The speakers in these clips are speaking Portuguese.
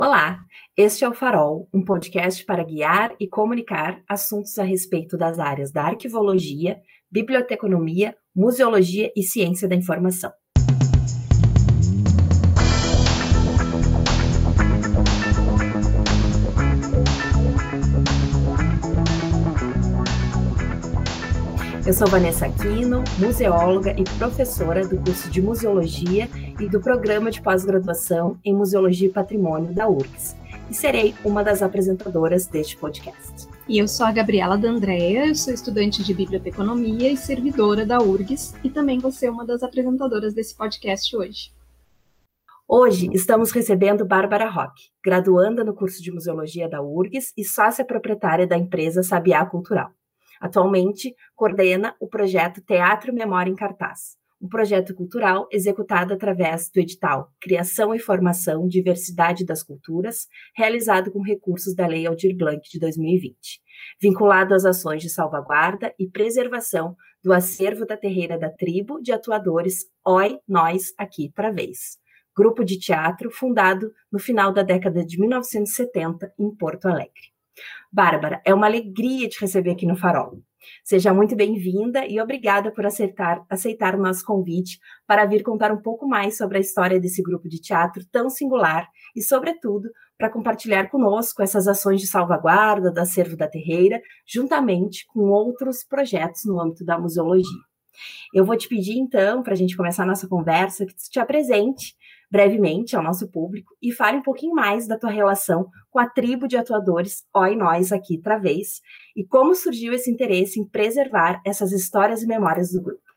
Olá, este é o Farol, um podcast para guiar e comunicar assuntos a respeito das áreas da arquivologia, biblioteconomia, museologia e ciência da informação. Eu sou Vanessa Aquino, museóloga e professora do curso de Museologia e do programa de pós-graduação em Museologia e Patrimônio da URGS, e serei uma das apresentadoras deste podcast. E eu sou a Gabriela D'Andrea, eu sou estudante de biblioteconomia e servidora da URGS, e também vou ser uma das apresentadoras desse podcast hoje. Hoje estamos recebendo Bárbara Roque, graduanda no curso de Museologia da URGS e sócia proprietária da empresa Sabiá Cultural. Atualmente, coordena o projeto Teatro Memória em Cartaz, um projeto cultural executado através do edital Criação e Formação Diversidade das Culturas, realizado com recursos da Lei Aldir Blanc de 2020, vinculado às ações de salvaguarda e preservação do acervo da Terreira da Tribo de atuadores Oi, Nós, Aqui, Travês, grupo de teatro fundado no final da década de 1970 em Porto Alegre. Bárbara, é uma alegria te receber aqui no Farol. Seja muito bem-vinda e obrigada por aceitar o nosso convite para vir contar um pouco mais sobre a história desse grupo de teatro tão singular e, sobretudo, para compartilhar conosco essas ações de salvaguarda do acervo da Terreira, juntamente com outros projetos no âmbito da museologia. Eu vou te pedir, então, para a gente começar a nossa conversa, que tu te apresente brevemente ao nosso público e fale um pouquinho mais da tua relação com a tribo de atuadores Oi Nós Aqui Travês e como surgiu esse interesse em preservar essas histórias e memórias do grupo.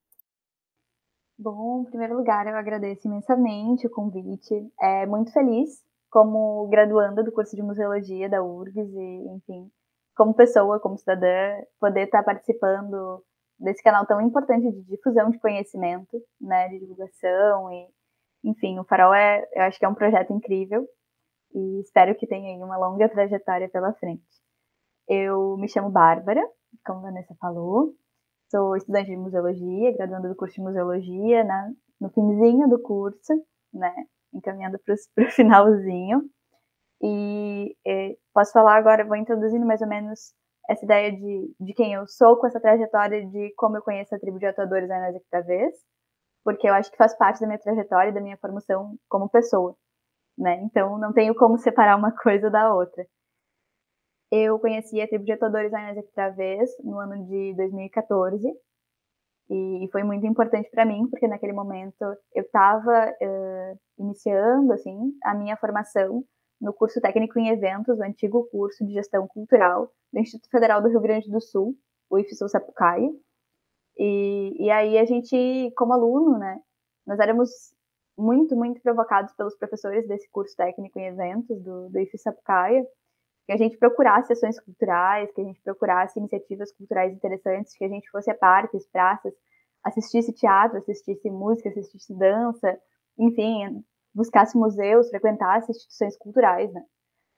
Bom, em primeiro lugar, eu agradeço imensamente o convite. Muito feliz como graduanda do curso de Museologia da URGS e, enfim, como pessoa, como cidadã, poder estar participando desse canal tão importante de difusão de conhecimento, né, de divulgação e, enfim, o Farol eu acho que é um projeto incrível e espero que tenha aí uma longa trajetória pela frente. Eu me chamo Bárbara, como a Vanessa falou, sou estudante de museologia, graduanda do curso de museologia, né, no finzinho do curso, né, encaminhando para o finalzinho. E posso falar agora, vou introduzindo mais ou menos essa ideia de quem eu sou, com essa trajetória de como eu conheço a tribo de atuadores Oi Nós Aqui Travês, porque eu acho que faz parte da minha trajetória e da minha formação como pessoa, né? Então não tenho como separar uma coisa da outra. Eu conheci a tribo de atuadores Oi Nós Aqui Travês no ano de 2014 e foi muito importante para mim, porque naquele momento eu estava iniciando assim, a minha formação no curso técnico em eventos, o antigo curso de gestão cultural do Instituto Federal do Rio Grande do Sul, o IFSU Sapucaia. E aí a gente, como aluno, né, nós éramos muito, muito provocados pelos professores desse curso técnico em eventos do IFSU Sapucaia, que a gente procurasse ações culturais, que a gente procurasse iniciativas culturais interessantes, que a gente fosse a parques, praças, assistisse teatro, assistisse música, assistisse dança, enfim, buscasse museus, frequentasse instituições culturais, né?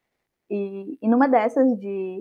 E numa dessas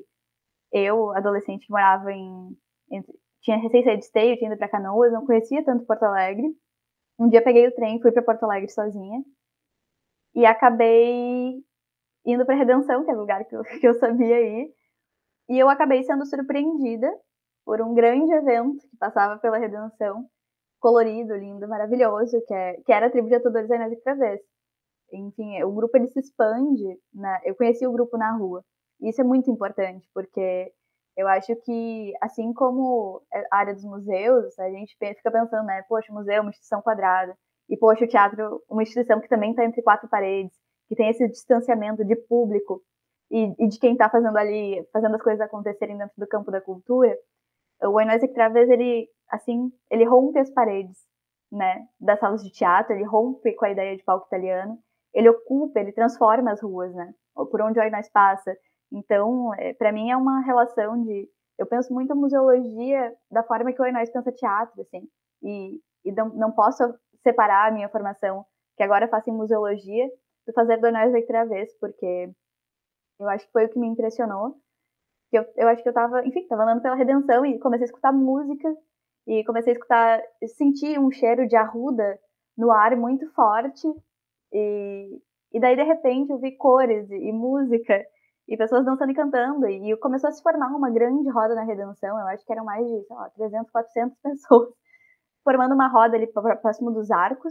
eu, adolescente que morava tinha recém saído de Esteio, tinha ido para Canoas, não conhecia tanto Porto Alegre. Um dia peguei o trem, fui para Porto Alegre sozinha e acabei indo para Redenção, que é o lugar que eu sabia ir. E eu acabei sendo surpreendida por um grande evento que passava pela Redenção, colorido, lindo, maravilhoso, que era a tribo de atuadores Oi Nós Aqui Travês. Enfim, o grupo ele se expande, né? Eu conheci o grupo na rua. E isso é muito importante, porque eu acho que, assim como a área dos museus, a gente fica pensando, né? Poxa, o museu é uma instituição quadrada. E, poxa, o teatro, uma instituição que também está entre quatro paredes, que tem esse distanciamento de público e de quem está fazendo ali, fazendo as coisas acontecerem dentro do campo da cultura. O Oi Nós Aqui Travês, ele rompe as paredes, né, das salas de teatro, ele rompe com a ideia de palco italiano, ele ocupa, ele transforma as ruas, né, por onde o Oi Nós passa. Então, para mim é uma relação eu penso muito a museologia da forma que o Oi Nós pensa teatro, assim, e não posso separar a minha formação, que agora faço em museologia, do fazer do Oi Nós Aqui Travês, porque eu acho que foi o que me impressionou. Eu acho que eu tava andando pela Redenção e comecei a escutar música e comecei a sentir um cheiro de arruda no ar muito forte e E daí, de repente, eu vi cores e música, e pessoas dançando e cantando, e começou a se formar uma grande roda na Redenção. Eu acho que eram mais de, sei lá, 300, 400 pessoas, formando uma roda ali próximo dos arcos.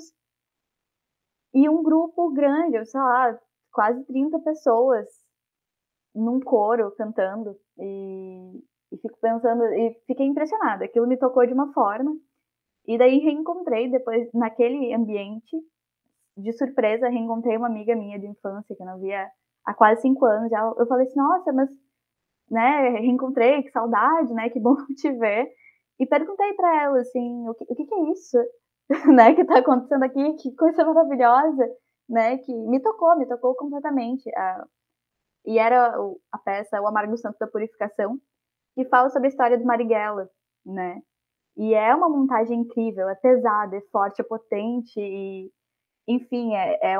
E um grupo grande, sei lá, quase 30 pessoas num coro cantando. E fico pensando, e fiquei impressionada. Aquilo me tocou de uma forma. E daí reencontrei depois, naquele ambiente, de surpresa, reencontrei uma amiga minha de infância, que eu não via há quase 5 anos. Já. Eu falei assim, nossa, mas, né, reencontrei, que saudade, né, que bom te ver. E perguntei para ela, assim, o que é isso, né, que tá acontecendo aqui, que coisa maravilhosa, né, que me tocou completamente. E era a peça O Amargo Santo da Purificação, que fala sobre a história de Marighella, né, e é uma montagem incrível, é pesada, é forte, é potente, e, enfim,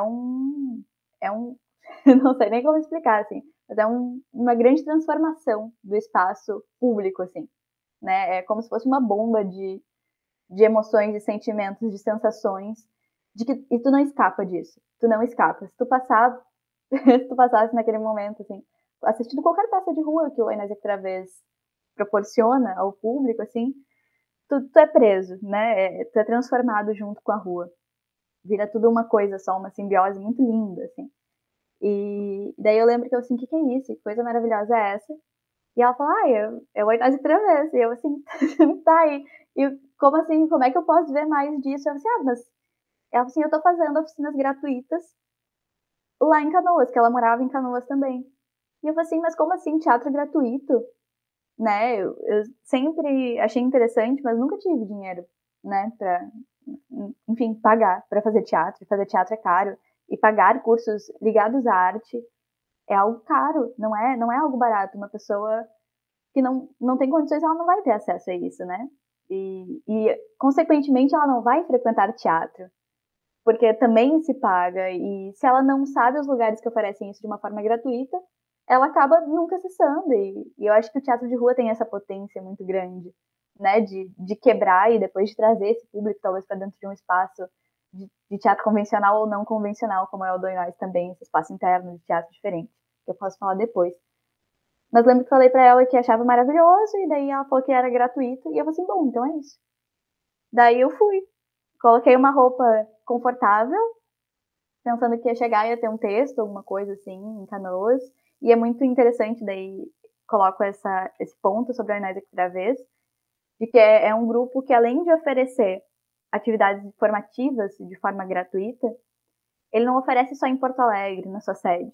é um não sei nem como explicar, assim, mas é uma grande transformação do espaço público, assim, né, é como se fosse uma bomba de emoções, de sentimentos, de sensações, e tu não escapa disso, tu não escapa, se tu passar, se tu passasse naquele momento, assim, assistindo qualquer peça de rua que o Inés Travês proporciona ao público, assim, tu é preso, né, tu é transformado junto com a rua, vira tudo uma coisa só, uma simbiose muito linda, assim. E daí eu lembro que eu assim, o que é isso? Que coisa maravilhosa é essa? E ela falou, eu vou ir outra vez. E eu assim, tá aí. E como assim, como é que eu posso ver mais disso? Eu assim, mas ela assim, eu tô fazendo oficinas gratuitas lá em Canoas, que ela morava em Canoas também. E eu falei assim, mas como assim, teatro gratuito? Né, eu sempre achei interessante, mas nunca tive dinheiro, né, pra, enfim, pagar pra fazer teatro é caro, e pagar cursos ligados à arte é algo caro, não é algo barato. Uma pessoa que não tem condições, ela não vai ter acesso a isso, né? Consequentemente, ela não vai frequentar teatro, porque também se paga. E se ela não sabe os lugares que oferecem isso de uma forma gratuita, ela acaba nunca acessando. E eu acho que o teatro de rua tem essa potência muito grande, né? De quebrar e depois de trazer esse público, talvez, para dentro de um espaço de teatro convencional ou não convencional, como é o Doinóis também, esse espaço interno de teatro diferente, que eu posso falar depois. Mas lembro que falei para ela que achava maravilhoso, e daí ela falou que era gratuito, e eu falei assim, bom, então é isso. Daí eu fui. Coloquei uma roupa confortável, pensando que ia chegar e ia ter um texto, alguma coisa assim, em Canoas. E é muito interessante, daí coloco esse ponto sobre a Inés outra vez, de que é um grupo que, além de oferecer atividades formativas de forma gratuita, ele não oferece só em Porto Alegre, na sua sede.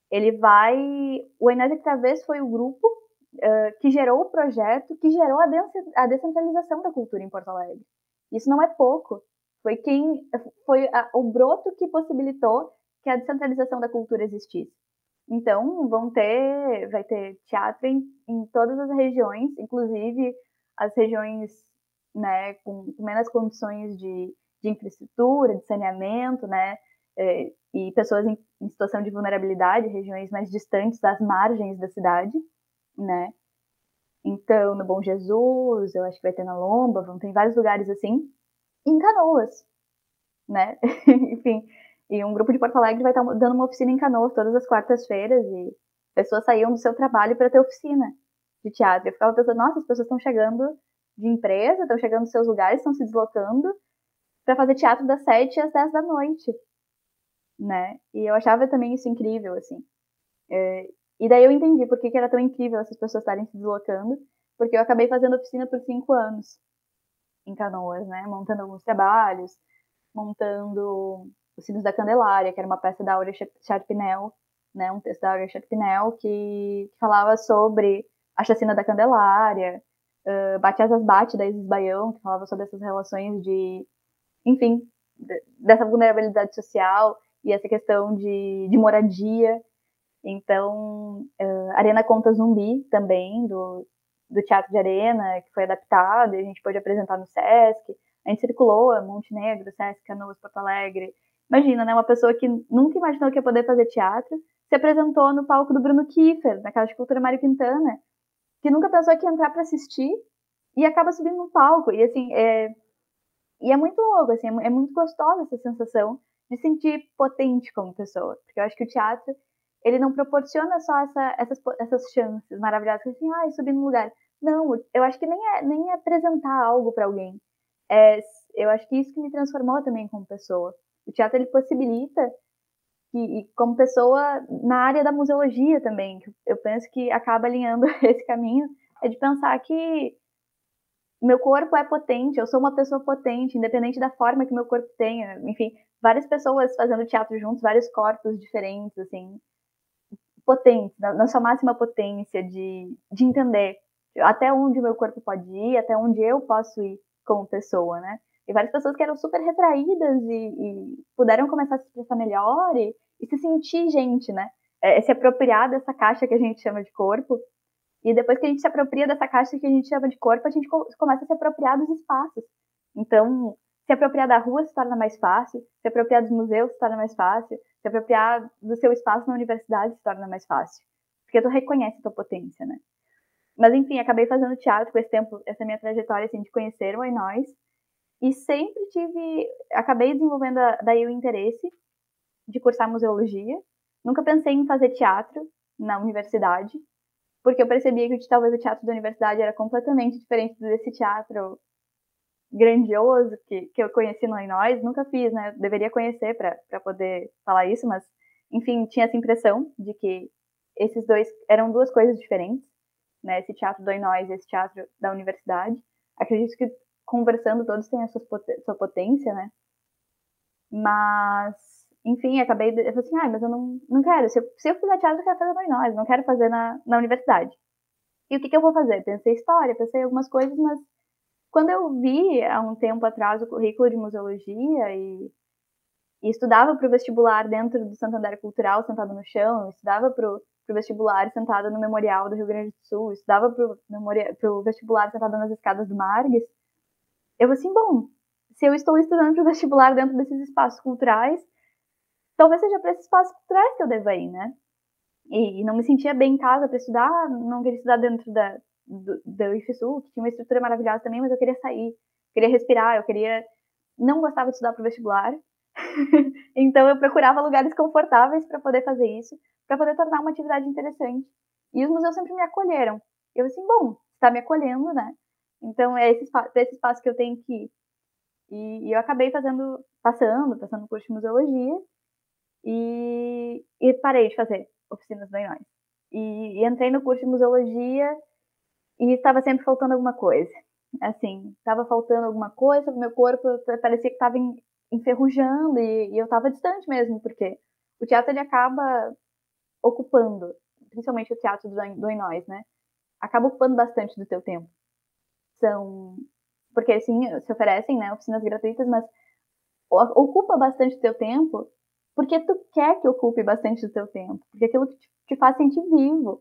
O Inés outra vez foi o grupo que gerou o projeto, que gerou a descentralização da cultura em Porto Alegre. Isso não é pouco. Foi o broto que possibilitou que a descentralização da cultura existisse. Então, vai ter teatro em todas as regiões, inclusive as regiões, né, com menos condições de infraestrutura, de saneamento, né, e pessoas em situação de vulnerabilidade, regiões mais distantes das margens da cidade, né. Então, no Bom Jesus, eu acho que vai ter na Lomba, vão ter em vários lugares assim, em Canoas, né? Enfim, e um grupo de Porto Alegre vai estar dando uma oficina em Canoas todas as quartas-feiras, e pessoas saíam do seu trabalho para ter oficina de teatro. Eu ficava pensando, nossa, as pessoas estão chegando de empresa, estão chegando dos seus lugares, estão se deslocando para fazer teatro das 7 às 10 da noite, né? E eu achava também isso incrível, assim. E daí eu entendi por que era tão incrível essas pessoas estarem se deslocando, porque eu acabei fazendo oficina por 5 anos em Canoas, né? Montando alguns trabalhos, montando Os Sinos da Candelária, que era uma peça da Áurea Sharpnel, né? Um texto da Áurea Sharpnel que falava sobre a chacina da Candelária, Bate Asas Bate, da Isis Baião, que falava sobre essas relações enfim, dessa vulnerabilidade social e essa questão de moradia. Então, Arena Conta Zumbi também, do Teatro de Arena, que foi adaptado e a gente pôde apresentar no Sesc. A gente circulou Montenegro, Sesc, Canoas, Porto Alegre. Imagina, né, uma pessoa que nunca imaginou que ia poder fazer teatro, se apresentou no palco do Bruno Kiefer, na Casa de Cultura Mário Quintana, que nunca pensou que ia entrar para assistir e acaba subindo no palco. E assim, e é muito louco, assim, é muito gostosa essa sensação de sentir potente como pessoa. Porque eu acho que o teatro, ele não proporciona só essas chances maravilhosas, assim, subir no lugar. Não, eu acho que nem é apresentar algo para alguém. Eu acho que isso que me transformou também como pessoa. O teatro, ele possibilita, e como pessoa na área da museologia também, que eu penso que acaba alinhando esse caminho, é de pensar que meu corpo é potente, eu sou uma pessoa potente, independente da forma que meu corpo tenha. Enfim, várias pessoas fazendo teatro juntos, vários corpos diferentes, assim, potentes, na sua máxima potência de entender até onde o meu corpo pode ir, até onde eu posso ir como pessoa, né? E várias pessoas que eram super retraídas e puderam começar a se expressar melhor e se sentir gente, né? Se apropriar dessa caixa que a gente chama de corpo. E depois que a gente se apropria dessa caixa que a gente chama de corpo, a gente começa a se apropriar dos espaços. Então, se apropriar da rua se torna mais fácil, se apropriar dos museus se torna mais fácil, se apropriar do seu espaço na universidade se torna mais fácil. Porque tu reconhece a tua potência, né? Mas, enfim, acabei fazendo teatro com esse tempo, essa minha trajetória, assim, de conhecer o Nós. E sempre acabei desenvolvendo daí o interesse de cursar museologia. Nunca pensei em fazer teatro na universidade, porque eu percebia que talvez o teatro da universidade era completamente diferente desse teatro grandioso que eu conheci no Nós. Nunca fiz, né? Eu deveria conhecer para poder falar isso, mas, enfim, tinha essa impressão de que esses dois eram duas coisas diferentes, né? Esse teatro do Nós e esse teatro da universidade. Acredito que conversando todos têm a sua potência, né? Mas, enfim, eu falei assim, mas eu não quero. Se eu fizer teatro, eu quero fazer no Nós, não quero fazer na universidade. E o que eu vou fazer? Pensei história, pensei algumas coisas, mas quando eu vi, há um tempo atrás, o currículo de museologia e estudava para o vestibular dentro do Santander Cultural, sentado no chão, estudava para o vestibular sentado no Memorial do Rio Grande do Sul, estudava para o vestibular sentado nas escadas do Margues, eu assim, bom, se eu estou estudando para o vestibular dentro desses espaços culturais, talvez seja para esses espaços culturais que eu deva ir, né? E não me sentia bem em casa para estudar, não queria estudar dentro do IFSU, que tinha uma estrutura maravilhosa também, mas eu queria sair, queria respirar, não gostava de estudar para o vestibular, então eu procurava lugares confortáveis para poder fazer isso, para poder tornar uma atividade interessante. E os museus sempre me acolheram. Eu assim, bom, está me acolhendo, né? Então é para esse espaço que eu tenho que ir. E eu acabei passando o curso de museologia e parei de fazer oficinas do Nós. E entrei no curso de museologia e estava sempre faltando alguma coisa. Assim, estava faltando alguma coisa, meu corpo parecia que estava enferrujando e eu estava distante mesmo, porque o teatro ele acaba ocupando, principalmente o teatro do Nós, né? Acaba ocupando bastante do teu tempo. Porque assim, se oferecem, né, oficinas gratuitas, mas ocupa bastante do teu tempo porque tu quer que ocupe bastante do teu tempo, porque aquilo te faz sentir vivo.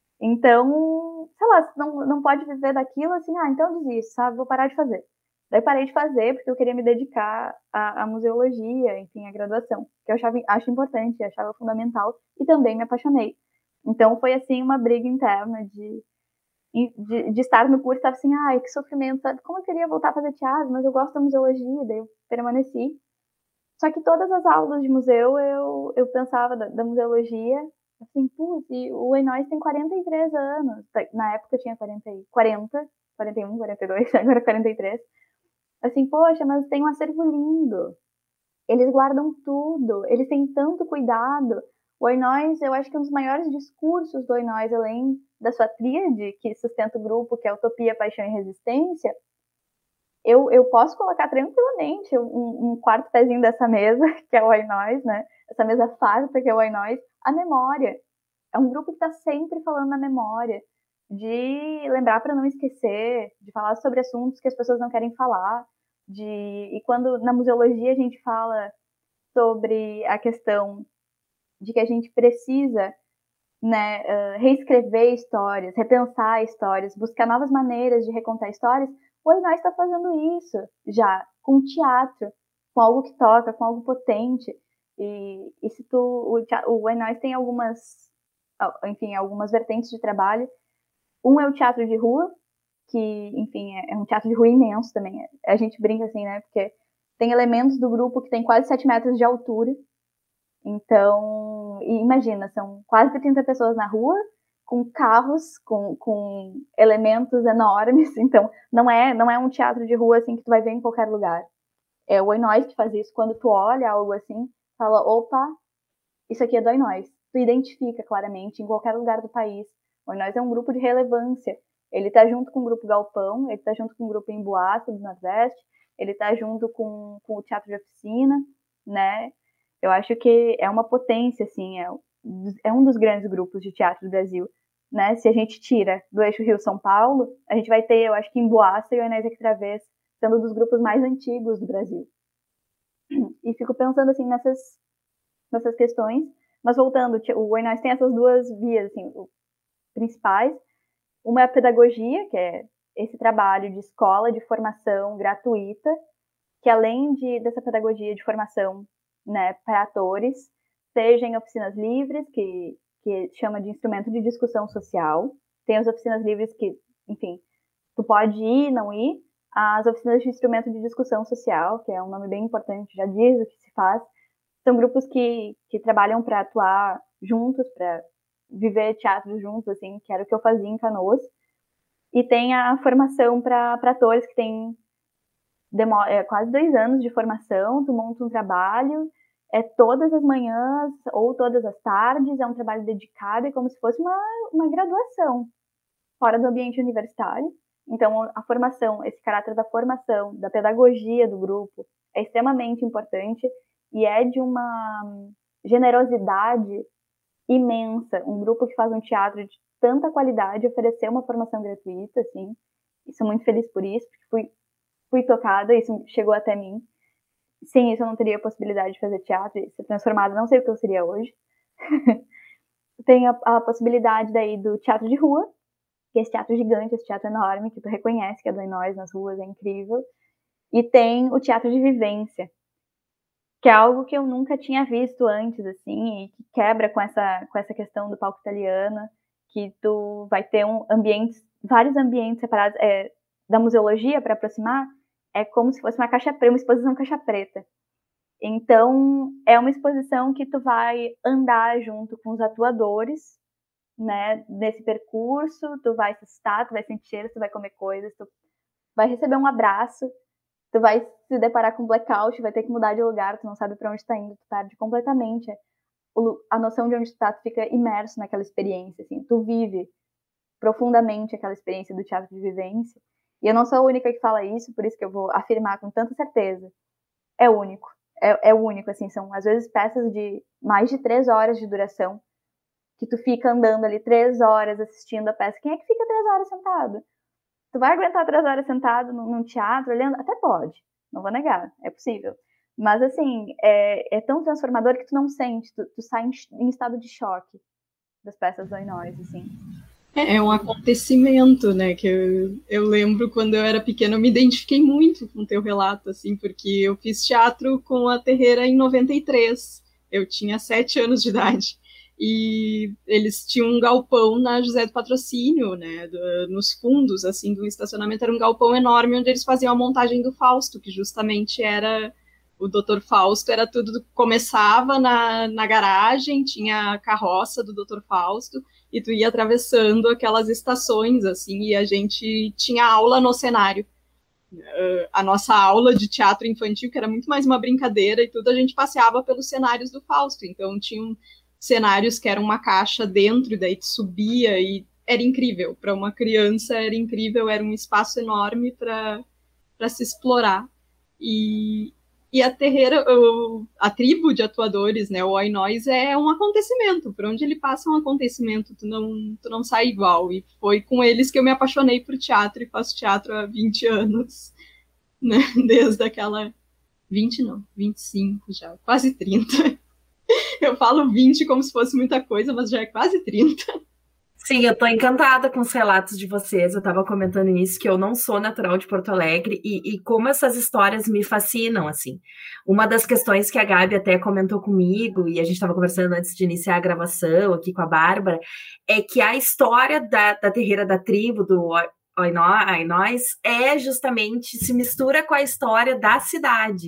Então, sei lá, não pode viver daquilo assim, então eu desisto, sabe? Vou parar de fazer. Daí parei de fazer porque eu queria me dedicar à museologia, enfim, à graduação, que eu acho importante, achava fundamental e também me apaixonei. Então foi assim uma briga interna de estar no curso, estava assim, que sofrimento, sabe? Como eu queria voltar a fazer teatro, mas eu gosto da museologia, daí eu permaneci. Só que todas as aulas de museu eu pensava da museologia, assim, putz, e o Enóis tem 43 anos. Na época eu tinha 40, 41, 42, agora 43. Assim, poxa, mas tem um acervo lindo. Eles guardam tudo, eles têm tanto cuidado. O Enóis, eu acho que é um dos maiores discursos do Enóis, além da sua tríade, que sustenta o grupo, que é Utopia, Paixão e Resistência, eu posso colocar tranquilamente um quarto pezinho dessa mesa, que é o Nós, né? Essa mesa farta, que é o Nós, a memória. É um grupo que está sempre falando na memória, de lembrar para não esquecer, de falar sobre assuntos que as pessoas não querem falar, e quando na museologia a gente fala sobre a questão de que a gente precisa, né, reescrever histórias, repensar histórias, buscar novas maneiras de recontar histórias, o Nós está fazendo isso já com teatro, com algo que toca, com algo potente. E se o Nós tem algumas vertentes de trabalho. Um é o teatro de rua, que, enfim, é um teatro de rua imenso também. A gente brinca assim, né, porque tem elementos do grupo que tem quase 7 metros de altura. Então, imagina, são quase 30 pessoas na rua, com carros, com elementos enormes. Então, não é um teatro de rua assim que tu vai ver em qualquer lugar. É o Oi Nós que faz isso. Quando tu olha algo assim, fala, opa, isso aqui é do Oi Nós. Tu identifica claramente em qualquer lugar do país. O Oi Nós é um grupo de relevância. Ele tá junto com o Grupo Galpão, ele tá junto com o Grupo Emboaço do Nordeste, ele tá junto com o Teatro de Oficina, né? Eu acho que é uma potência, assim, é um dos grandes grupos de teatro do Brasil, né? Se a gente tira do eixo Rio-São Paulo, a gente vai ter, eu acho que Emboaço e o Anéis Aqui Travês sendo um dos grupos mais antigos do Brasil. E fico pensando, assim, nessas questões, mas voltando, o Oi Nós tem essas duas vias, assim, principais. Uma é a pedagogia, que é esse trabalho de escola, de formação gratuita, que além dessa pedagogia de formação, né, para atores, seja em oficinas livres, que chama de instrumento de discussão social. Tem as oficinas livres que, enfim, tu pode ir, não ir. As oficinas de instrumento de discussão social, que é um nome bem importante, já diz o que se faz. São grupos que trabalham para atuar juntos, para viver teatro juntos, assim, que era o que eu fazia em Canoas. E tem a formação para atores, que tem quase 2 anos de formação. Tu monta um trabalho, todas as manhãs ou todas as tardes, é um trabalho dedicado, é como se fosse uma graduação fora do ambiente universitário. Então, a formação, esse caráter da formação, da pedagogia do grupo, é extremamente importante e é de uma generosidade imensa. Um grupo que faz um teatro de tanta qualidade oferecer uma formação gratuita, assim, e sou muito feliz por isso, porque fui tocada, isso chegou até mim. Sem isso eu não teria a possibilidade de fazer teatro e ser transformada, não sei o que eu seria hoje. Tem a possibilidade daí do teatro de rua, que é esse teatro gigante, esse teatro enorme, que tu reconhece que é do Nós nas ruas, é incrível. E tem o teatro de vivência, que é algo que eu nunca tinha visto antes, assim, e que quebra com essa questão do palco italiano, que tu vai ter vários ambientes separados, da museologia, para aproximar, é como se fosse uma exposição caixa preta. Então, é uma exposição que tu vai andar junto com os atuadores, né, nesse percurso, tu vai assustar, tu vai sentir cheiros, tu vai comer coisas, tu vai receber um abraço, tu vai se deparar com blackout, vai ter que mudar de lugar, tu não sabe para onde tá indo, tu perde completamente a noção de onde tu tá, tu fica imerso naquela experiência, assim, tu vive profundamente aquela experiência do teatro de vivência. E eu não sou a única que fala isso, por isso que eu vou afirmar com tanta certeza. É único. É único, assim, são às vezes peças de mais de 3 horas de duração, que tu fica andando ali 3 horas assistindo a peça. Quem é que fica 3 horas sentado? Tu vai aguentar 3 horas sentado num teatro olhando? Até pode, não vou negar, é possível. Mas, assim, é tão transformador que tu não sente, tu sai em estado de choque das peças do Oi Nós, assim. É um acontecimento, né, que eu lembro quando eu era pequena, eu me identifiquei muito com o teu relato, assim, porque eu fiz teatro com a Terreira em 93, eu tinha 7 anos de idade, e eles tinham um galpão na José do Patrocínio, né, nos fundos, assim, do estacionamento, era um galpão enorme onde eles faziam a montagem do Fausto, que justamente era o Dr. Fausto, era tudo, começava na garagem, tinha a carroça do Dr. Fausto, e tu ia atravessando aquelas estações, assim, e a gente tinha aula no cenário. A nossa aula de teatro infantil, que era muito mais uma brincadeira e tudo, a gente passeava pelos cenários do Fausto. Então, tinham cenários que eram uma caixa dentro, e daí tu subia, e era incrível. Para uma criança, era incrível, era um espaço enorme para se explorar. E a Terreira, a tribo de atuadores, né, o Oi Nós, é um acontecimento. Por onde ele passa um acontecimento, tu não sai igual. E foi com eles que eu me apaixonei por teatro, e faço teatro há 20 anos, né, desde aquela... 20 não, 25 já, quase 30. Eu falo 20 como se fosse muita coisa, mas já é quase 30. Sim, eu tô encantada com os relatos de vocês. Eu tava comentando isso, que eu não sou natural de Porto Alegre e como essas histórias me fascinam, assim. Uma das questões que a Gabi até comentou comigo, e a gente estava conversando antes de iniciar a gravação aqui com a Bárbara, é que a história da Terreira da Tribo, do Oi Nós, é justamente, se mistura com a história da cidade.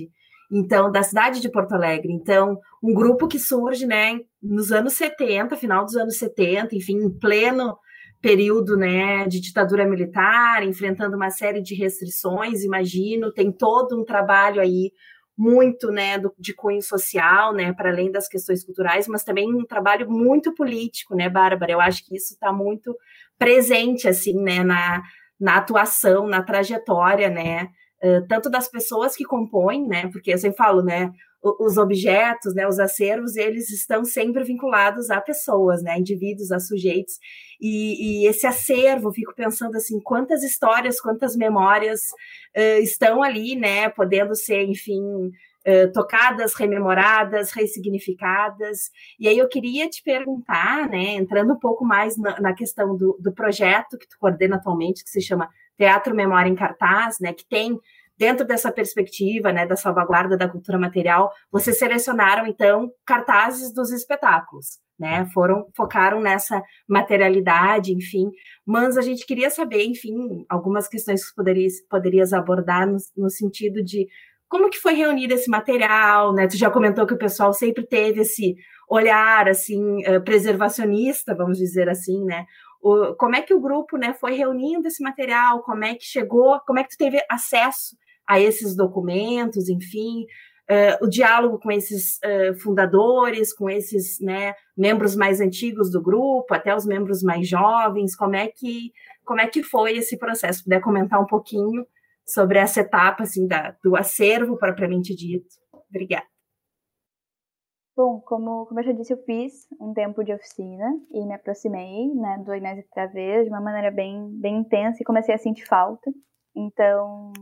então, da cidade de Porto Alegre. Então, um grupo que surge, né, nos anos 70, final dos anos 70, enfim, em pleno período, né, de ditadura militar, enfrentando uma série de restrições, imagino, tem todo um trabalho aí muito, né, de cunho social, né, para além das questões culturais, mas também um trabalho muito político, né, Bárbara? Eu acho que isso está muito presente, assim, né, na atuação, na trajetória, né, tanto das pessoas que compõem, né, porque eu sempre falo, né, os objetos, né, os acervos, eles estão sempre vinculados a pessoas, né, indivíduos, a sujeitos, e esse acervo, fico pensando assim, quantas histórias, quantas memórias estão ali, né, podendo ser, enfim, tocadas, rememoradas, ressignificadas. E aí eu queria te perguntar, né, entrando um pouco mais na questão do projeto que tu coordena atualmente, que se chama Teatro Memória em Cartaz, né, que tem, dentro dessa perspectiva, né, da salvaguarda da cultura material, vocês selecionaram, então, cartazes dos espetáculos, né, focaram nessa materialidade, enfim, mas a gente queria saber, enfim, algumas questões que poderias abordar no sentido de como que foi reunido esse material, né, tu já comentou que o pessoal sempre teve esse olhar, assim, preservacionista, vamos dizer assim, né, como é que o grupo, né, foi reunindo esse material, como é que chegou, como é que tu teve acesso a esses documentos, enfim, o diálogo com esses fundadores, com esses, né, membros mais antigos do grupo, até os membros mais jovens, como é que foi esse processo? Se puder comentar um pouquinho sobre essa etapa, assim, do acervo propriamente dito. Obrigada. Bom, como eu já disse, eu fiz um tempo de oficina e me aproximei, né, do Inés outra vez de uma maneira bem intensa e comecei a sentir falta. Então,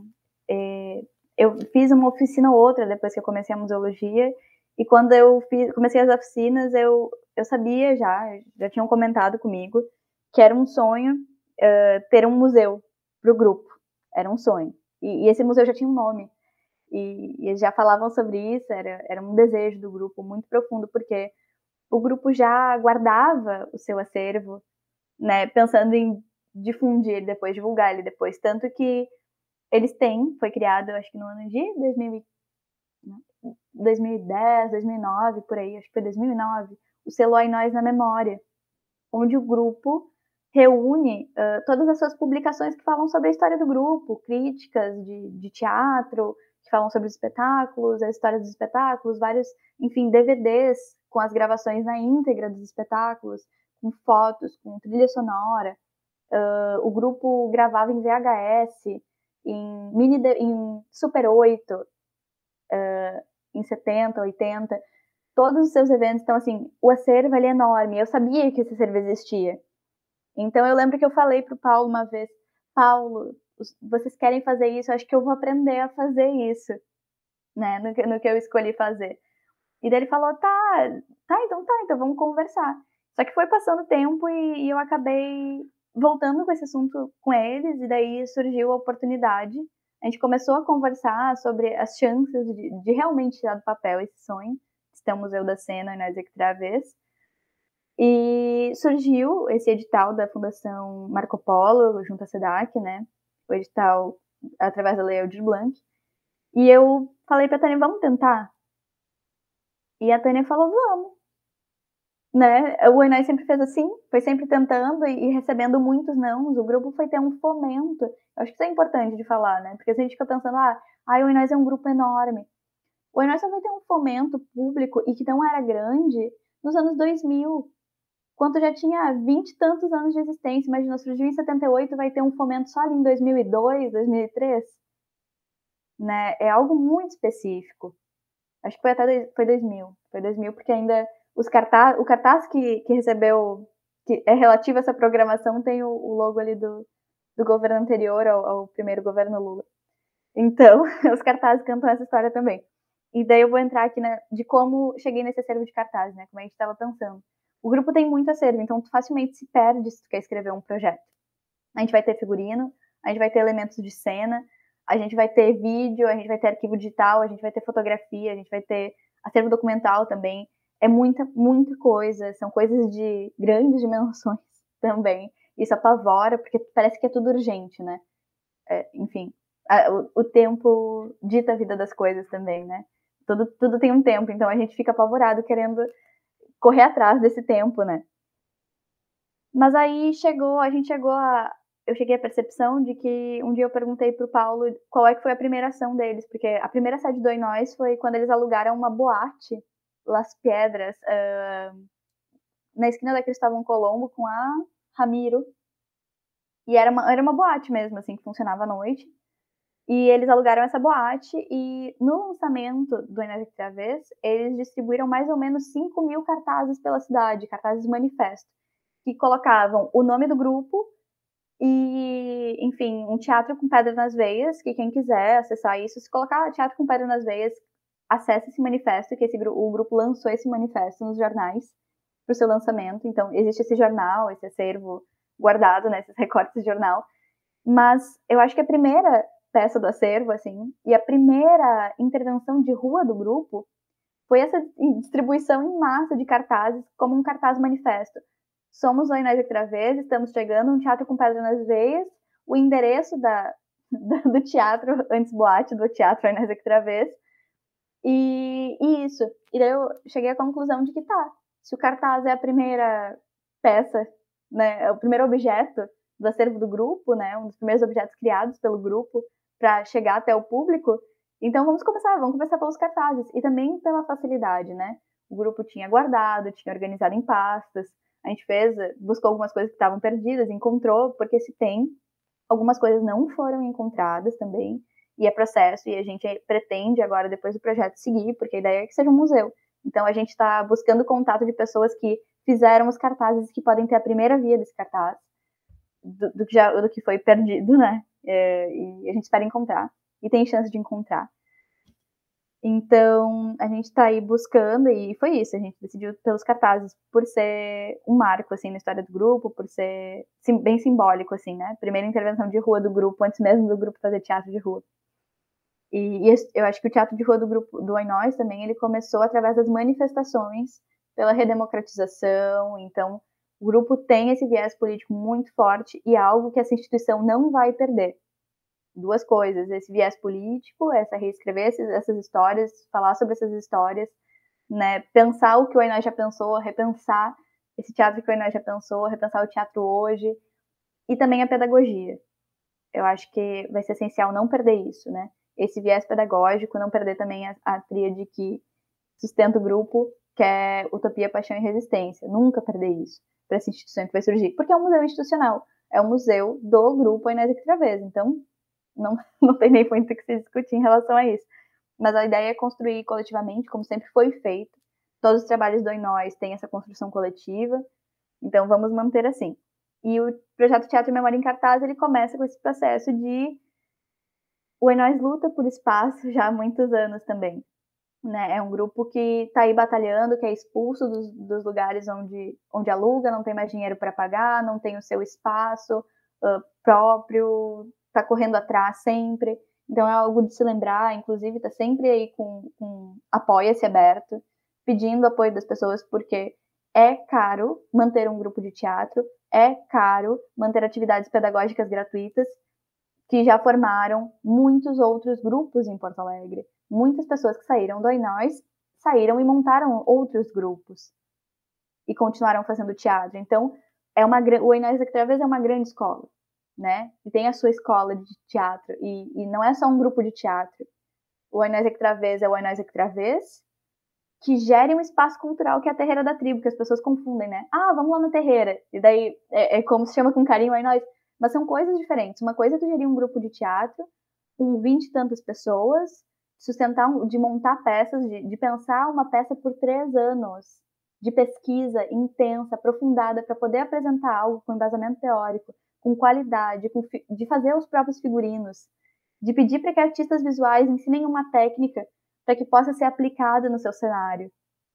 eu fiz uma oficina ou outra depois que eu comecei a museologia, e quando eu comecei as oficinas, eu sabia já tinham comentado comigo que era um sonho ter um museu para o grupo, era um sonho. E esse museu já tinha um nome, e eles já falavam sobre isso, era um desejo do grupo muito profundo, porque o grupo já guardava o seu acervo, né, pensando em difundir depois, divulgar ele depois, tanto que eles têm, foi criado, acho que no ano de 2010, 2009, por aí, acho que foi 2009, o selo Ai Nós na Memória, onde o grupo reúne todas as suas publicações que falam sobre a história do grupo, críticas de teatro, que falam sobre os espetáculos, a história dos espetáculos, vários, enfim, DVDs com as gravações na íntegra dos espetáculos, com fotos, com trilha sonora. O grupo gravava em VHS, em Super 8, em 70, 80, todos os seus eventos. Então, assim, o acervo ali é enorme. Eu sabia que esse acervo existia. Então, eu lembro que eu falei pro Paulo uma vez, Paulo, vocês querem fazer isso? Eu acho que eu vou aprender a fazer isso, né, no que eu escolhi fazer. E daí ele falou, então vamos conversar. Só que foi passando o tempo e eu acabei voltando com esse assunto com eles, e daí surgiu a oportunidade. A gente começou a conversar sobre as chances de realmente tirar do papel esse sonho, que tem o Museu da Cena e nós aqui outra vez. E surgiu esse edital da Fundação Marco Polo, junto à SEDAC, né? O edital através da Lei Aldir Blanc. E eu falei pra Tânia, vamos tentar? E a Tânia falou, vamos. Né? O Enai sempre fez assim, foi sempre tentando e recebendo muitos nãos. O grupo foi ter um fomento. Eu acho que isso é importante de falar, né? Porque a gente fica pensando, o Enai é um grupo enorme. O Enai só vai ter um fomento público e que não era grande nos anos 2000, quando já tinha 20 e tantos anos de existência. Imagina, surgiu em 78, vai ter um fomento só ali em 2002, 2003, né? É algo muito específico. Acho que foi 2000. Foi 2000 porque ainda o cartaz que recebeu, que é relativo a essa programação, tem o logo ali do governo anterior ao primeiro governo Lula. Então, os cartazes cantam essa história também. E daí eu vou entrar aqui de como cheguei nesse acervo de cartazes, né? Como a gente estava pensando. O grupo tem muito acervo, então tu facilmente se perde se tu quer escrever um projeto. A gente vai ter figurino, a gente vai ter elementos de cena, a gente vai ter vídeo, a gente vai ter arquivo digital, a gente vai ter fotografia, a gente vai ter acervo documental também. É muita, muita coisa, são coisas de grandes dimensões também. Isso apavora, porque parece que é tudo urgente, né? Enfim, o tempo dita a vida das coisas também, né? Tudo tem um tempo, então a gente fica apavorado querendo correr atrás desse tempo, né? Mas aí eu cheguei à percepção de que um dia eu perguntei pro Paulo qual é que foi a primeira ação deles, porque a primeira sede do Oinóis foi quando eles alugaram uma boate, Las Piedras, na esquina da Cristóvão Colombo com a Ramiro. E era uma boate mesmo, assim, que funcionava à noite. E eles alugaram essa boate e no lançamento do Oinóis Outra Vez, eles distribuíram mais ou menos 5.000 cartazes pela cidade, cartazes manifesto, que colocavam o nome do grupo e, enfim, um teatro com pedra nas veias, que quem quiser acessar isso, se colocar teatro com pedra nas veias, acesse esse manifesto, que o grupo lançou esse manifesto nos jornais para o seu lançamento. Então, existe esse jornal, esse acervo guardado, né, esses recortes de jornal. Mas eu acho que a primeira peça do acervo, assim, e a primeira intervenção de rua do grupo foi essa distribuição em massa de cartazes, como um cartaz manifesto. Somos o Oinóis Outra Vez, estamos chegando, um teatro com pedra nas veias, o endereço do teatro, antes boate, do teatro Oinóis Outra Vez, e isso. E daí eu cheguei à conclusão de que se o cartaz é a primeira peça, né, é o primeiro objeto do acervo do grupo, né, um dos primeiros objetos criados pelo grupo para chegar até o público, então vamos começar pelos cartazes, e também pela facilidade, né, o grupo tinha guardado, tinha organizado em pastas, a gente buscou algumas coisas que estavam perdidas, encontrou, porque se tem, algumas coisas não foram encontradas também, e é processo, e a gente pretende agora, depois do projeto, seguir, porque a ideia é que seja um museu. Então a gente está buscando contato de pessoas que fizeram os cartazes, que podem ter a primeira via desse cartaz, do que foi perdido, né? E a gente espera encontrar, e tem chance de encontrar. Então, a gente está aí buscando, e foi isso, a gente decidiu pelos cartazes, por ser um marco, assim, na história do grupo, por ser bem simbólico, assim, né? Primeira intervenção de rua do grupo, antes mesmo do grupo fazer teatro de rua. E eu acho que o teatro de rua do grupo do Oinóis também, ele começou através das manifestações pela redemocratização, então o grupo tem esse viés político muito forte e é algo que essa instituição não vai perder. Duas coisas, esse viés político, reescrever essas histórias, falar sobre essas histórias, né, pensar o que o Oinóis já pensou, repensar esse teatro que o Oinóis já pensou, repensar o teatro hoje, e também a pedagogia. Eu acho que vai ser essencial não perder isso, né? Esse viés pedagógico, não perder também a tríade que sustenta o grupo, que é utopia, paixão e resistência. Nunca perder isso para essa instituição que vai surgir, porque é um museu institucional, é um museu do grupo Oinóis Outra Vez, então não tem nem muito o que se discutir em relação a isso. Mas a ideia é construir coletivamente, como sempre foi feito. Todos os trabalhos do Oinóis têm essa construção coletiva, então vamos manter assim. E o projeto Teatro e Memória em Cartaz, ele começa com esse processo de... O Oinóis luta por espaço já há muitos anos também. Né? É um grupo que está aí batalhando, que é expulso dos lugares onde aluga, não tem mais dinheiro para pagar, não tem o seu espaço próprio, está correndo atrás sempre. Então é algo de se lembrar, inclusive está sempre aí com apoia-se aberto, pedindo apoio das pessoas, porque é caro manter um grupo de teatro, é caro manter atividades pedagógicas gratuitas, que já formaram muitos outros grupos em Porto Alegre. Muitas pessoas que saíram do Oinóis saíram e montaram outros grupos e continuaram fazendo teatro. Então, o Oinóis Outra Vez é uma grande escola, né? E tem a sua escola de teatro, e não é só um grupo de teatro. O Oinóis Outra Vez é o Oinóis Outra Vez, que gere um espaço cultural que é a Terreira da Tribo, que as pessoas confundem, né? Vamos lá na Terreira. E daí, é como se chama com carinho Oinóis. Mas são coisas diferentes. Uma coisa é tu gerir um grupo de teatro com 20 e tantas pessoas, de montar peças, de pensar uma peça por 3 anos, de pesquisa intensa, aprofundada, para poder apresentar algo com embasamento teórico, com qualidade, de fazer os próprios figurinos, de pedir para que artistas visuais ensinem uma técnica para que possa ser aplicada no seu cenário.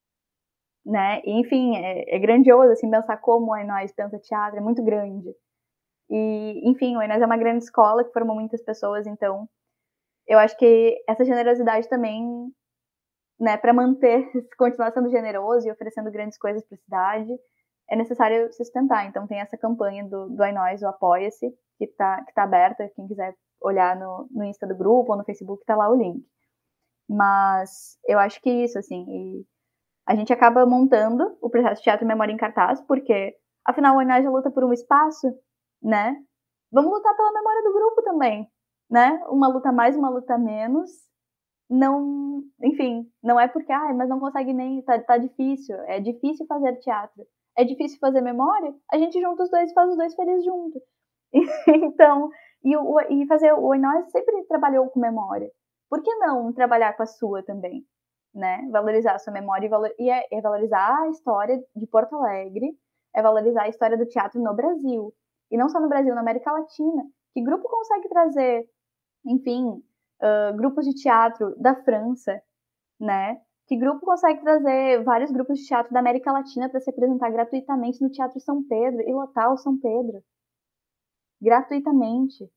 Né? E, enfim, é grandioso assim, pensar como o Oinóis pensa teatro, é muito grande. E, enfim, o Oinóis é uma grande escola que formou muitas pessoas, então eu acho que essa generosidade também, né, para continuar sendo generoso e oferecendo grandes coisas para a cidade, é necessário sustentar. Então tem essa campanha do Oinóis, o Apoia-se, que tá aberta, quem quiser olhar no Insta do grupo ou no Facebook, tá lá o link. Mas eu acho que isso, assim, e a gente acaba montando o projeto de Teatro Memória em Cartaz, porque, afinal, a Oinage luta por um espaço, né? Vamos lutar pela memória do grupo também, né? Uma luta mais, uma luta menos. Não, enfim, não é porque, mas não consegue nem, tá difícil. É difícil fazer teatro. É difícil fazer memória, a gente junta os dois e faz os dois felizes junto. Então, e fazer, o Oinós sempre trabalhou com memória. Por que não trabalhar com a sua também? Né? Valorizar a sua memória é valorizar a história de Porto Alegre, é valorizar a história do teatro no Brasil. E não só no Brasil, na América Latina. Que grupo consegue trazer, enfim, grupos de teatro da França, né? Que grupo consegue trazer vários grupos de teatro da América Latina para se apresentar gratuitamente no Teatro São Pedro e lotar o São Pedro? Gratuitamente,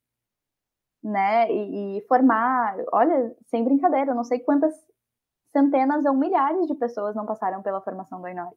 né? E formar, olha, sem brincadeira, eu não sei quantas centenas ou milhares de pessoas não passaram pela formação do Oinós.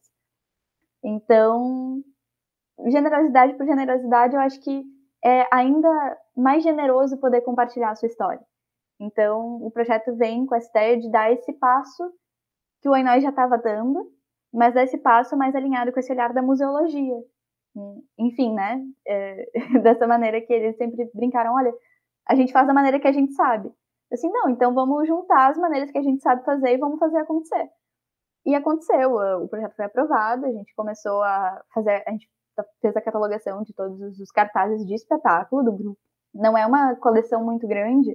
Então, generosidade por generosidade, eu acho que é ainda mais generoso poder compartilhar a sua história. Então, o projeto vem com essa ideia de dar esse passo que o Oinós já estava dando, mas dar esse passo mais alinhado com esse olhar da museologia. Enfim, né? Dessa maneira que eles sempre brincaram, olha, a gente faz da maneira que a gente sabe. Assim, não, então vamos juntar as maneiras que a gente sabe fazer e vamos fazer acontecer. E aconteceu, o projeto foi aprovado, a gente começou a fazer, a gente fez a catalogação de todos os cartazes de espetáculo do grupo. Não é uma coleção muito grande,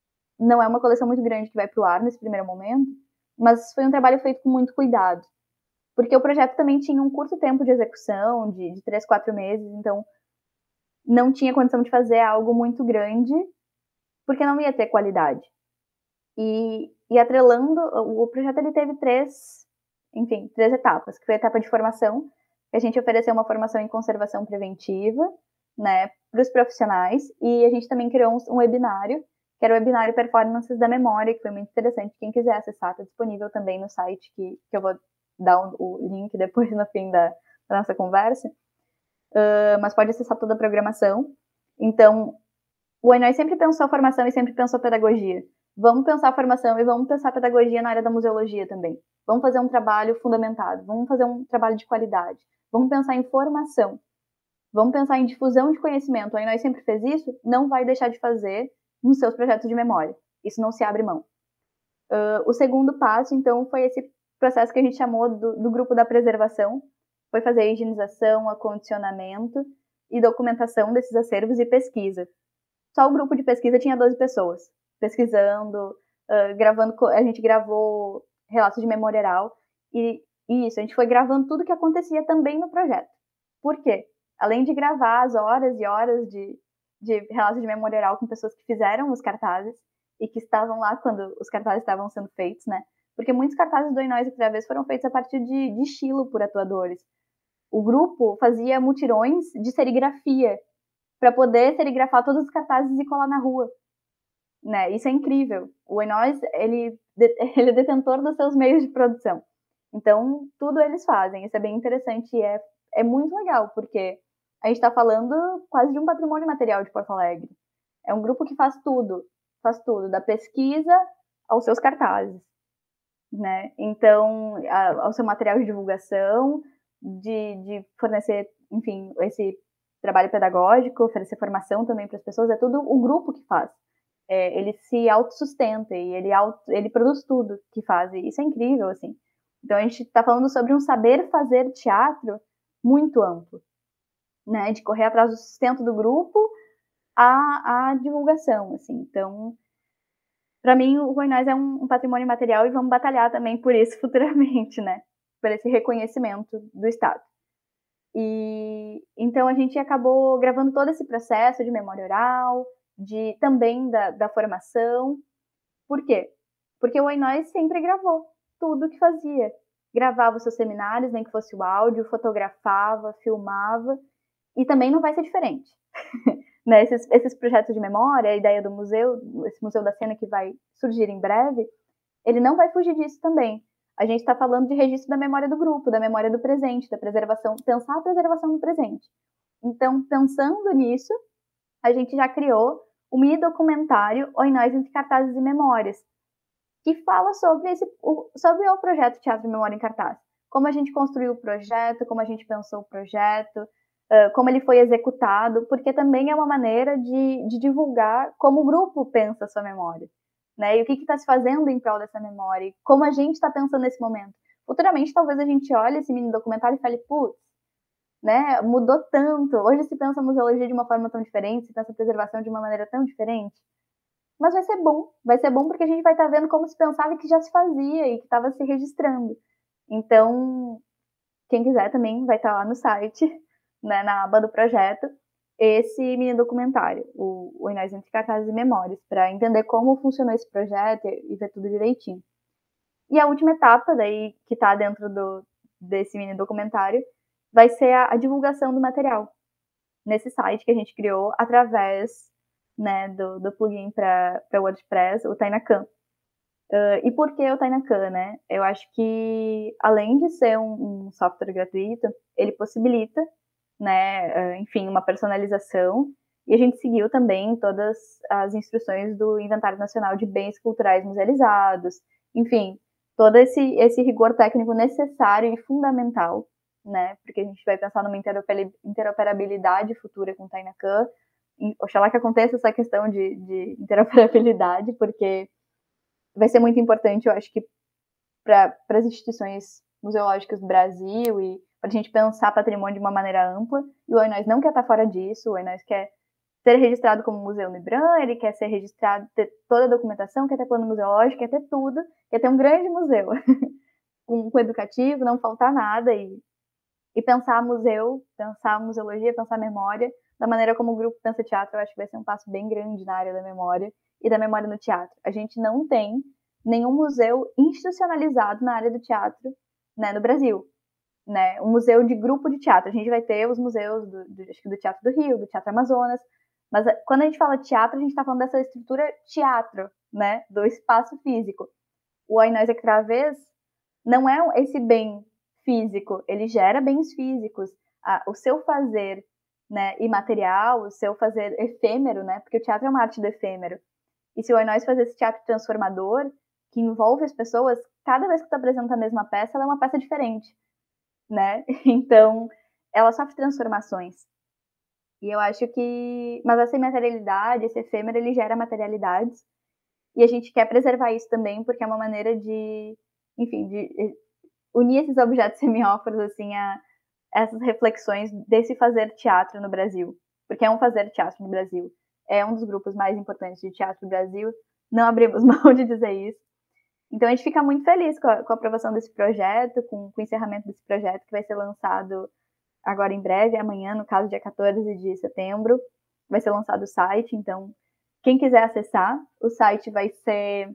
que vai para o ar nesse primeiro momento, mas foi um trabalho feito com muito cuidado. Porque o projeto também tinha um curto tempo de execução, de 3, 4 meses, então não tinha condição de fazer algo muito grande, porque não ia ter qualidade. E atrelando, o projeto ele teve 3 etapas, que foi a etapa de formação, que a gente ofereceu uma formação em conservação preventiva, né, para os profissionais, e a gente também criou um webinário, que era o webinário Performances da Memória, que foi muito interessante. Quem quiser acessar, está disponível também no site, que eu vou dar o link depois no fim da nossa conversa, mas pode acessar toda a programação. Então, o Oinós sempre pensou a formação e sempre pensou a pedagogia. Vamos pensar a formação e vamos pensar a pedagogia na área da museologia também. Vamos fazer um trabalho fundamentado, vamos fazer um trabalho de qualidade, vamos pensar em formação, vamos pensar em difusão de conhecimento. O Oinós sempre fez isso, não vai deixar de fazer nos seus projetos de memória. Isso não se abre mão. O segundo passo, então, foi esse processo que a gente chamou do grupo da preservação, foi fazer a higienização, acondicionamento e documentação desses acervos e pesquisa. Só o grupo de pesquisa tinha 12 pessoas pesquisando, gravando. A gente gravou relatos de memória oral e isso, a gente foi gravando tudo que acontecia também no projeto. Por quê? Além de gravar as horas e horas de relatos de memória oral com pessoas que fizeram os cartazes e que estavam lá quando os cartazes estavam sendo feitos, né? Porque muitos cartazes do Oinós outra vez foram feitos a partir de estilo por atuadores. O grupo fazia mutirões de serigrafia para poder serigrafar todos os cartazes e colar na rua, né? Isso é incrível. O Oinós, ele é detentor dos seus meios de produção. Então, tudo eles fazem. Isso é bem interessante e é muito legal, porque a gente está falando quase de um patrimônio material de Porto Alegre. É um grupo que faz tudo, da pesquisa aos seus cartazes, né? Então, ao seu material de divulgação, de fornecer, enfim, esse trabalho pedagógico, oferecer formação também para as pessoas, é tudo o grupo que faz. Ele se autossustenta e ele produz tudo que faz, e isso é incrível, assim. Então, a gente está falando sobre um saber fazer teatro muito amplo, né? De correr atrás do sustento do grupo à divulgação, assim. Então, para mim, o Oinós é um patrimônio material e vamos batalhar também por isso futuramente, né? Por esse reconhecimento do Estado. E então a gente acabou gravando todo esse processo de memória oral, também da formação. Por quê? Porque o Oinós sempre gravou tudo que fazia. Gravava os seus seminários, nem que fosse o áudio, fotografava, filmava, e também não vai ser diferente. Né? Esses projetos de memória, a ideia do museu, esse Museu da Cena que vai surgir em breve, ele não vai fugir disso também. A gente está falando de registro da memória do grupo, da memória do presente, da preservação, pensar a preservação do presente. Então, pensando nisso, a gente já criou o mini documentário Oinós entre cartazes e memórias, que fala sobre o projeto Teatro Memória em Cartaz. Como a gente construiu o projeto, como a gente pensou o projeto, como ele foi executado, porque também é uma maneira de divulgar como o grupo pensa a sua memória, né? E o que está se fazendo em prol dessa memória, e como a gente está pensando nesse momento. Futuramente, talvez a gente olhe esse mini documentário e fale, putz, né, mudou tanto, hoje se pensa a museologia de uma forma tão diferente, se pensa a preservação de uma maneira tão diferente, mas vai ser bom porque a gente vai estar vendo como se pensava e que já se fazia e que estava se registrando. Então, quem quiser também vai estar lá no site, né, na aba do projeto, esse mini documentário, o Oinóis Entre Cartazes e Memórias, para entender como funcionou esse projeto e ver tudo direitinho. E a última etapa, daí, que está dentro desse mini documentário, vai ser a divulgação do material nesse site que a gente criou através, né, do plugin para WordPress, o Tainacan. E por que o Tainacan, né? Eu acho que, além de ser um software gratuito, ele possibilita, né, enfim, uma personalização, e a gente seguiu também todas as instruções do Inventário Nacional de Bens Culturais Musealizados, enfim, todo esse rigor técnico necessário e fundamental, né, porque a gente vai pensar numa interoperabilidade futura com o Tainacan. Oxalá que aconteça essa questão de interoperabilidade, porque vai ser muito importante, eu acho que, para as instituições museológicas do Brasil e para a gente pensar patrimônio de uma maneira ampla. E o Oinóis não quer estar fora disso, o Oinóis quer ser registrado como Museu no IBRAM, ele quer ser registrado, ter toda a documentação, quer ter plano museológico, quer ter tudo, quer ter um grande museu com educativo, não faltar nada e pensar museu, pensar museologia, pensar memória, da maneira como o grupo pensa teatro. Eu acho que vai ser um passo bem grande na área da memória e da memória no teatro. A gente não tem nenhum museu institucionalizado na área do teatro, né, no Brasil, né? Um museu de grupo de teatro. A gente vai ter os museus do Teatro do Rio, do Teatro Amazonas, mas quando a gente fala teatro, a gente está falando dessa estrutura teatro, né, do espaço físico. O Oinóis Aqui Outra Vez não é esse bem físico, ele gera bens físicos. O seu fazer, né, imaterial, o seu fazer efêmero, né, porque o teatro é uma arte do efêmero. E se o Oinóis fazer esse teatro transformador, que envolve as pessoas, cada vez que tu apresenta a mesma peça, ela é uma peça diferente, né? Então, ela sofre transformações. E eu acho que... Mas essa imaterialidade, esse efêmero, ele gera materialidades. E a gente quer preservar isso também, porque é uma maneira de, enfim, de unir esses objetos semióforos, assim, a essas reflexões desse fazer teatro no Brasil. Porque é um fazer teatro no Brasil. É um dos grupos mais importantes de teatro do Brasil. Não abrimos mão de dizer isso. Então, a gente fica muito feliz com a aprovação desse projeto, com o encerramento desse projeto, que vai ser lançado agora em breve, amanhã, no caso, dia 14 de setembro, vai ser lançado o site. Então, quem quiser acessar, o site vai ser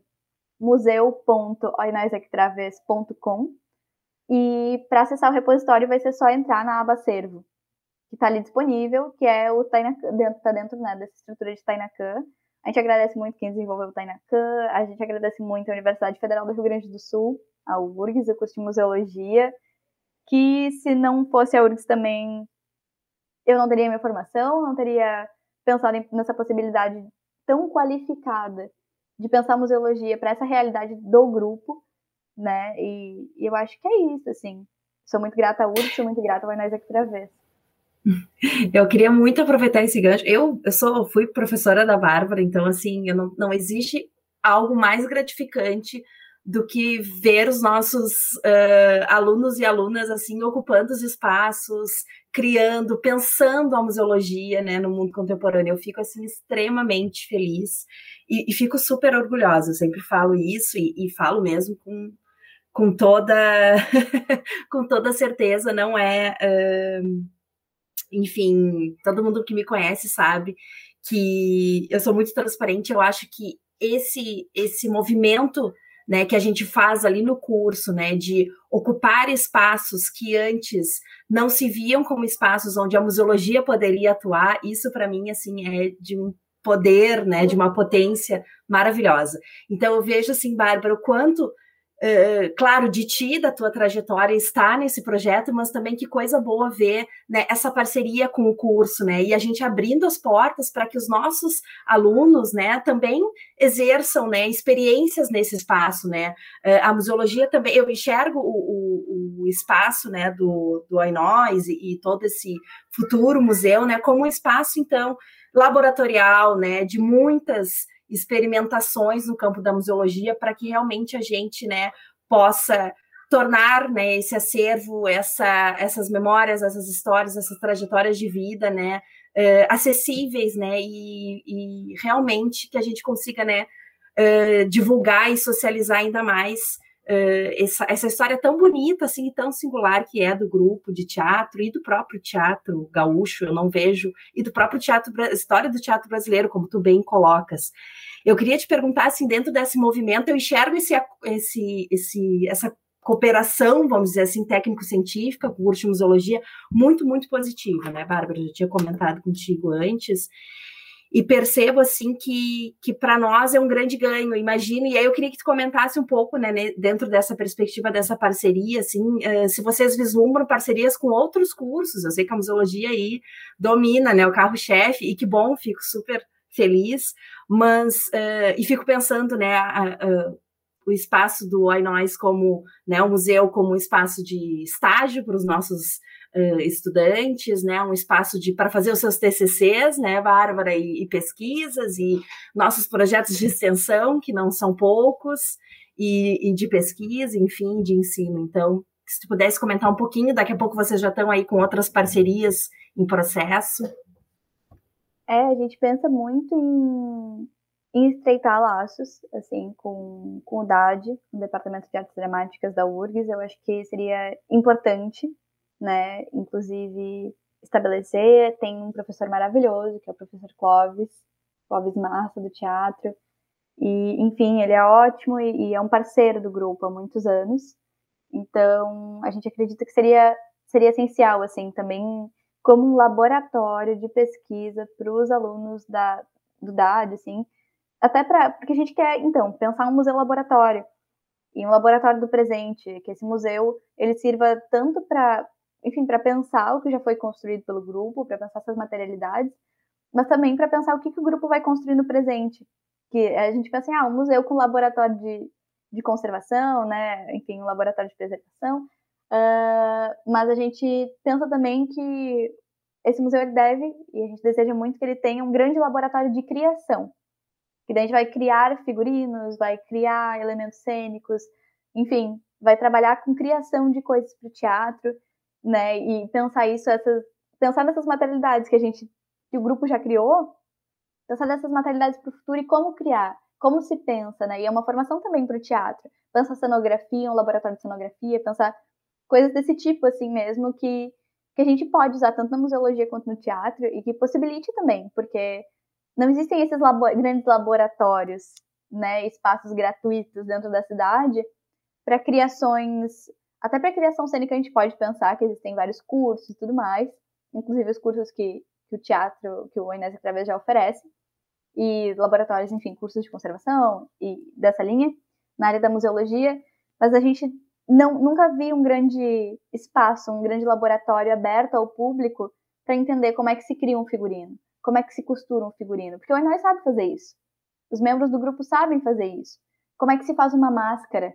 museu.oinoisaqtraves.com, e para acessar o repositório vai ser só entrar na aba Acervo, que está ali disponível, que é o Tainacan, está dentro, né, dessa estrutura de Tainacan. A gente agradece muito quem desenvolveu o Tainacan, a gente agradece muito a Universidade Federal do Rio Grande do Sul, a URGS, o curso de Museologia, que se não fosse a URGS também, eu não teria minha formação, não teria pensado nessa possibilidade tão qualificada de pensar a museologia para essa realidade do grupo, né? E eu acho que é isso, assim. Sou muito grata à URGS, sou muito grata ao Oinóis Aqui Outra Vez. Eu queria muito aproveitar esse gancho. Eu fui professora da Bárbara, então, assim, não existe algo mais gratificante do que ver os nossos alunos e alunas, assim, ocupando os espaços, criando, pensando a museologia, né, no mundo contemporâneo. Eu fico, assim, extremamente feliz e fico super orgulhosa. Eu sempre falo isso e falo mesmo com toda com toda certeza. Não é... enfim, todo mundo que me conhece sabe que eu sou muito transparente. Eu acho que esse movimento, né, que a gente faz ali no curso, né, de ocupar espaços que antes não se viam como espaços onde a museologia poderia atuar, isso para mim, assim, é de um poder, né, de uma potência maravilhosa. Então eu vejo, assim, Bárbara, o quanto claro, de ti, da tua trajetória, estar nesse projeto, mas também que coisa boa ver, né, essa parceria com o curso, né, e a gente abrindo as portas para que os nossos alunos, né, também exerçam, né, experiências nesse espaço, né, a museologia também, eu enxergo o espaço, né, do Ainós e todo esse futuro museu, né, como um espaço, então, laboratorial, né, de muitas experimentações no campo da museologia para que realmente a gente, né, possa tornar, né, esse acervo, essas memórias, essas histórias, essas trajetórias de vida, né, acessíveis, né, e realmente que a gente consiga, né, divulgar e socializar ainda mais essa história tão bonita, assim, e tão singular que é do grupo de teatro e do próprio teatro gaúcho, eu não vejo, e do próprio teatro, história do teatro brasileiro, como tu bem colocas. Eu queria te perguntar, assim, dentro desse movimento, eu enxergo essa cooperação, vamos dizer assim, técnico-científica com o curso de museologia, muito, muito positiva, né, Bárbara? Eu já tinha comentado contigo antes, e percebo, assim, que para nós é um grande ganho, imagino, e aí eu queria que tu comentasse um pouco, né, dentro dessa perspectiva dessa parceria, assim, se vocês vislumbram parcerias com outros cursos, eu sei que a museologia aí domina, né, o carro-chefe, e que bom, fico super feliz, mas, e fico pensando, né, o espaço do Ainós como, né, o museu como um espaço de estágio para os nossos estudantes, né, um espaço para fazer os seus TCCs, né, Bárbara, e pesquisas, e nossos projetos de extensão, que não são poucos, e de pesquisa, enfim, de ensino. Então, se tu pudesse comentar um pouquinho, daqui a pouco vocês já estão aí com outras parcerias em processo. A gente pensa muito em estreitar laços, assim, com o DAD, o Departamento de Artes Dramáticas da URGS. Eu acho que seria importante, né, inclusive estabelecer. Tem um professor maravilhoso, que é o professor Clóvis Massa, do teatro, e, enfim, ele é ótimo e é um parceiro do grupo há muitos anos. Então, a gente acredita que seria essencial, assim, também como um laboratório de pesquisa para os alunos do DAD, assim, até porque a gente quer, então, pensar um museu-laboratório, e um laboratório do presente, que esse museu, ele sirva tanto para, enfim, para pensar o que já foi construído pelo grupo, para pensar essas materialidades, mas também para pensar o que o grupo vai construir no presente. Que a gente pensa em um museu com laboratório de conservação, né? Enfim, um laboratório de preservação, mas a gente pensa também que esse museu ele deve, e a gente deseja muito que ele tenha um grande laboratório de criação, que daí a gente vai criar figurinos, vai criar elementos cênicos, enfim, vai trabalhar com criação de coisas para o teatro, né? E pensar pensar nessas materialidades que o grupo já criou, pensar nessas materialidades para o futuro e como criar, como se pensa, né? E é uma formação também para o teatro. Pensar cenografia, um laboratório de cenografia, pensar coisas desse tipo, assim mesmo, que a gente pode usar tanto na museologia quanto no teatro e que possibilite também, porque não existem esses grandes laboratórios, né, espaços gratuitos dentro da cidade para criações, até para criação cênica a gente pode pensar que existem vários cursos e tudo mais, inclusive os cursos que o teatro, que o Ainés através já oferece, e laboratórios, enfim, cursos de conservação e dessa linha, na área da museologia, mas a gente nunca vi um grande espaço, um grande laboratório aberto ao público para entender como é que se cria um figurino, como é que se costura um figurino, porque o Ainós sabe fazer isso, os membros do grupo sabem fazer isso, como é que se faz uma máscara,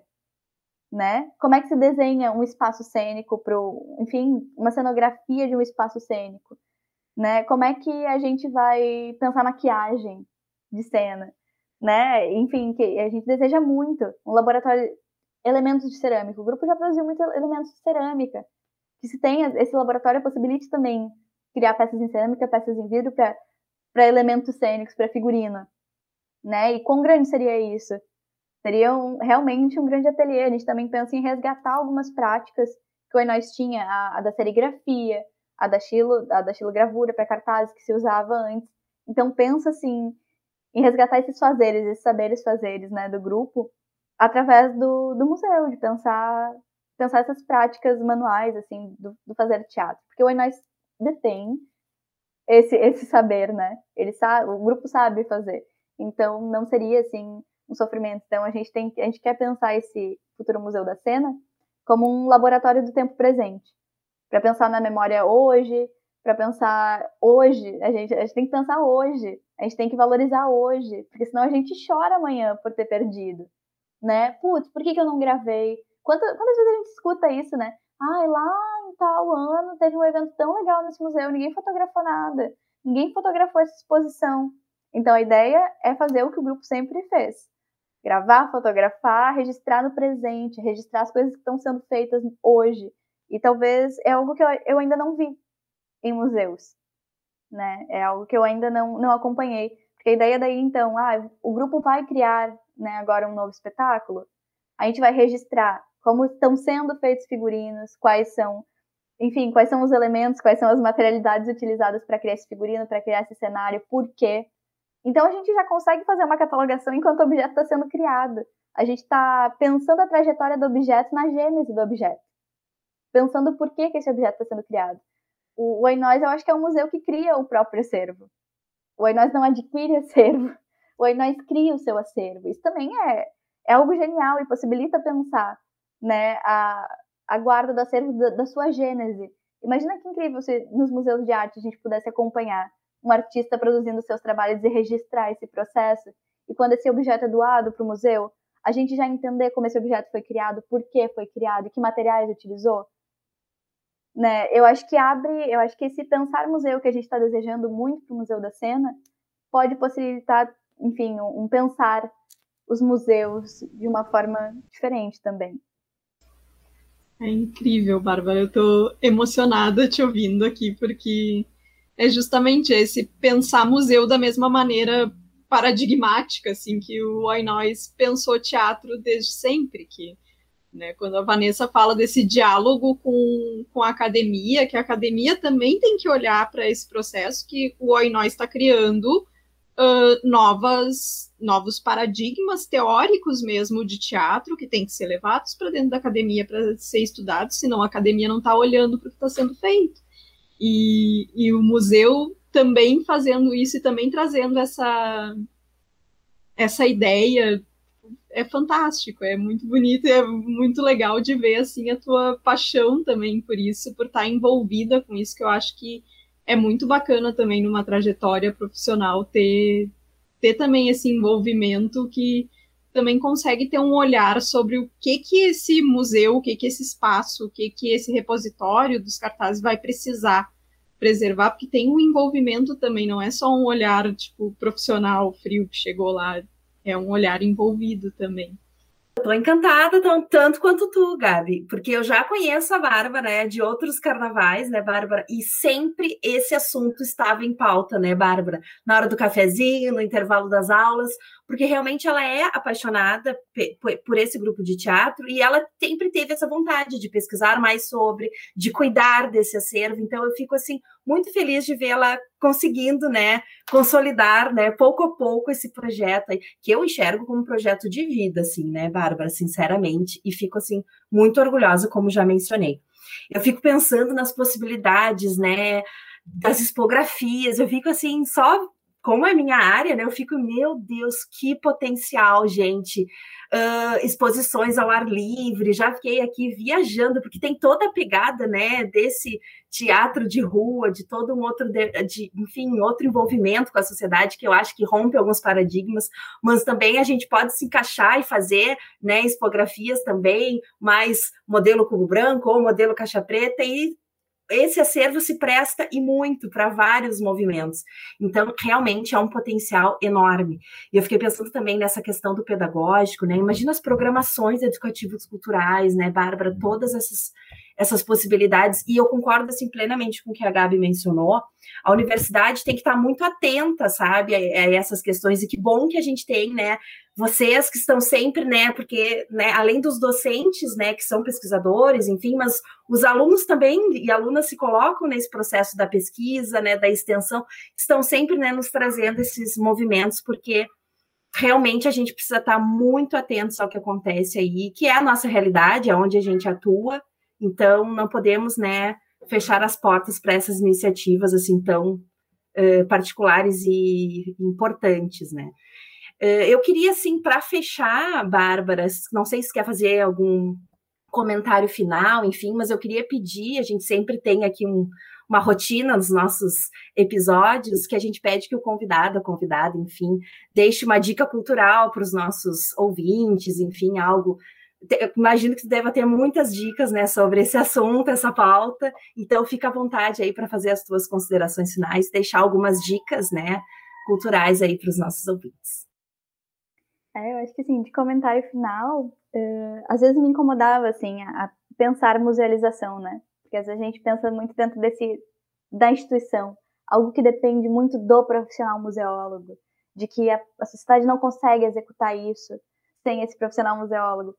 né? Como é que se desenha um espaço cênico enfim, uma cenografia de um espaço cênico, né? Como é que a gente vai pensar maquiagem de cena, né? Enfim, que a gente deseja muito um laboratório elementos de cerâmica. O grupo já produziu muitos elementos de cerâmica. Que se tem esse laboratório possibilite também criar peças em cerâmica, peças em vidro para elementos cênicos, para figurino, né? E quão grande seria isso? Seria realmente um grande ateliê. A gente também pensa em resgatar algumas práticas que o Ainós tinha, a da serigrafia, a da xilogravura para cartazes que se usava antes. Então pensa assim em resgatar esses fazeres, esses saberes fazeres, né, do grupo, através do museu, de pensar essas práticas manuais assim do fazer teatro, porque o Ainós detém esse saber, né? Ele sabe, o grupo sabe fazer. Então não seria assim um sofrimento. Então a gente quer pensar futuro Museu da Cena, como um laboratório do tempo presente, para pensar na memória hoje, para pensar hoje, a gente tem que pensar hoje, a gente tem que valorizar hoje, porque senão a gente chora amanhã por ter perdido, né? Putz, por que eu não gravei? Quantas vezes a gente escuta isso, né? Ai, lá em tal ano teve um evento tão legal nesse museu, ninguém fotografou nada, ninguém fotografou essa exposição. Então a ideia é fazer o que o grupo sempre fez. Gravar, fotografar, registrar no presente, registrar as coisas que estão sendo feitas hoje. E talvez é algo que eu ainda não vi em museus, né? É algo que eu ainda não acompanhei. Porque a ideia daí, então, o grupo vai criar, né, agora um novo espetáculo, a gente vai registrar como estão sendo feitos figurinos, quais são os elementos, quais são as materialidades utilizadas para criar esse figurino, para criar esse cenário, por quê. Então a gente já consegue fazer uma catalogação enquanto o objeto está sendo criado. A gente está pensando a trajetória do objeto na gênese do objeto, pensando por que esse objeto está sendo criado. O Oinós, eu acho que é um museu que cria o próprio acervo. O Oinós não adquire acervo, o Oinós cria o seu acervo. Isso também é algo genial e possibilita pensar, né, a guarda do acervo da sua gênese. Imagina que incrível se nos museus de arte a gente pudesse acompanhar um artista produzindo seus trabalhos e registrar esse processo. E quando esse objeto é doado para o museu, a gente já entender como esse objeto foi criado, por que foi criado e que materiais utilizou. Né? Eu acho que esse pensar museu que a gente está desejando muito para o Museu da Cena pode possibilitar, enfim, um pensar os museus de uma forma diferente também. É incrível, Bárbara. Eu estou emocionada te ouvindo aqui, porque é justamente esse pensar museu da mesma maneira paradigmática, assim, que o Oinós pensou teatro desde sempre, que, né, quando a Vanessa fala desse diálogo com a academia, que a academia também tem que olhar para esse processo que o Oinós está criando novos paradigmas teóricos mesmo de teatro que tem que ser levados para dentro da academia para ser estudados, senão a academia não está olhando para o que está sendo feito. E o museu também fazendo isso e também trazendo essa ideia é fantástico, é muito bonito, é muito legal de ver assim a tua paixão também por isso, por estar envolvida com isso, que eu acho que é muito bacana também numa trajetória profissional ter também esse envolvimento que também consegue ter um olhar sobre o que esse museu, o que esse espaço, o que esse repositório dos cartazes vai precisar preservar, porque tem um envolvimento também, não é só um olhar tipo profissional frio que chegou lá, é um olhar envolvido também. Estou encantada, tanto quanto tu, Gabi, porque eu já conheço a Bárbara, né, de outros carnavais, né, Bárbara, e sempre esse assunto estava em pauta, né, Bárbara, na hora do cafezinho, no intervalo das aulas, porque realmente ela é apaixonada por esse grupo de teatro e ela sempre teve essa vontade de pesquisar mais sobre, de cuidar desse acervo, então eu fico, assim, muito feliz de vê-la conseguindo, né, consolidar, né, pouco a pouco esse projeto aí, que eu enxergo como um projeto de vida, assim, né, Bárbara, sinceramente, e fico, assim, muito orgulhosa, como já mencionei. Eu fico pensando nas possibilidades, né, das expografias, eu fico, assim, só como é minha área, né, eu fico, meu Deus, que potencial, gente, exposições ao ar livre, já fiquei aqui viajando, porque tem toda a pegada, né, desse teatro de rua, de todo um outro, enfim, outro envolvimento com a sociedade, que eu acho que rompe alguns paradigmas, mas também a gente pode se encaixar e fazer, né, expografias também, mais modelo cubo branco ou modelo caixa preta, e esse acervo se presta e muito para vários movimentos. Então, realmente é um potencial enorme. E eu fiquei pensando também nessa questão do pedagógico, né? Imagina as programações educativas culturais, né, Bárbara? Todas essas possibilidades. E eu concordo, assim, plenamente com o que a Gabi mencionou. A universidade tem que estar muito atenta, sabe, a essas questões. E que bom que a gente tem, né, vocês que estão sempre, né, porque, né, além dos docentes, né, que são pesquisadores, enfim, mas os alunos também e alunas se colocam nesse processo da pesquisa, né, da extensão, estão sempre, né, nos trazendo esses movimentos, porque realmente a gente precisa estar muito atentos ao que acontece aí, que é a nossa realidade, é onde a gente atua, então não podemos, né, fechar as portas para essas iniciativas, assim, tão particulares e importantes, né. Eu queria, assim, para fechar, Bárbara, não sei se quer fazer algum comentário final, enfim, mas eu queria pedir, a gente sempre tem aqui uma rotina nos nossos episódios, que a gente pede que o convidado, a convidada, enfim, deixe uma dica cultural para os nossos ouvintes, enfim, algo. Eu imagino que tu deva ter muitas dicas, né, sobre esse assunto, essa pauta, então fica à vontade aí para fazer as tuas considerações finais, deixar algumas dicas, né, culturais aí para os nossos ouvintes. Eu acho que, assim, de comentário final, às vezes me incomodava, assim, a pensar musealização, né? Porque às vezes a gente pensa muito dentro da instituição, algo que depende muito do profissional museólogo, de que a sociedade não consegue executar isso sem esse profissional museólogo.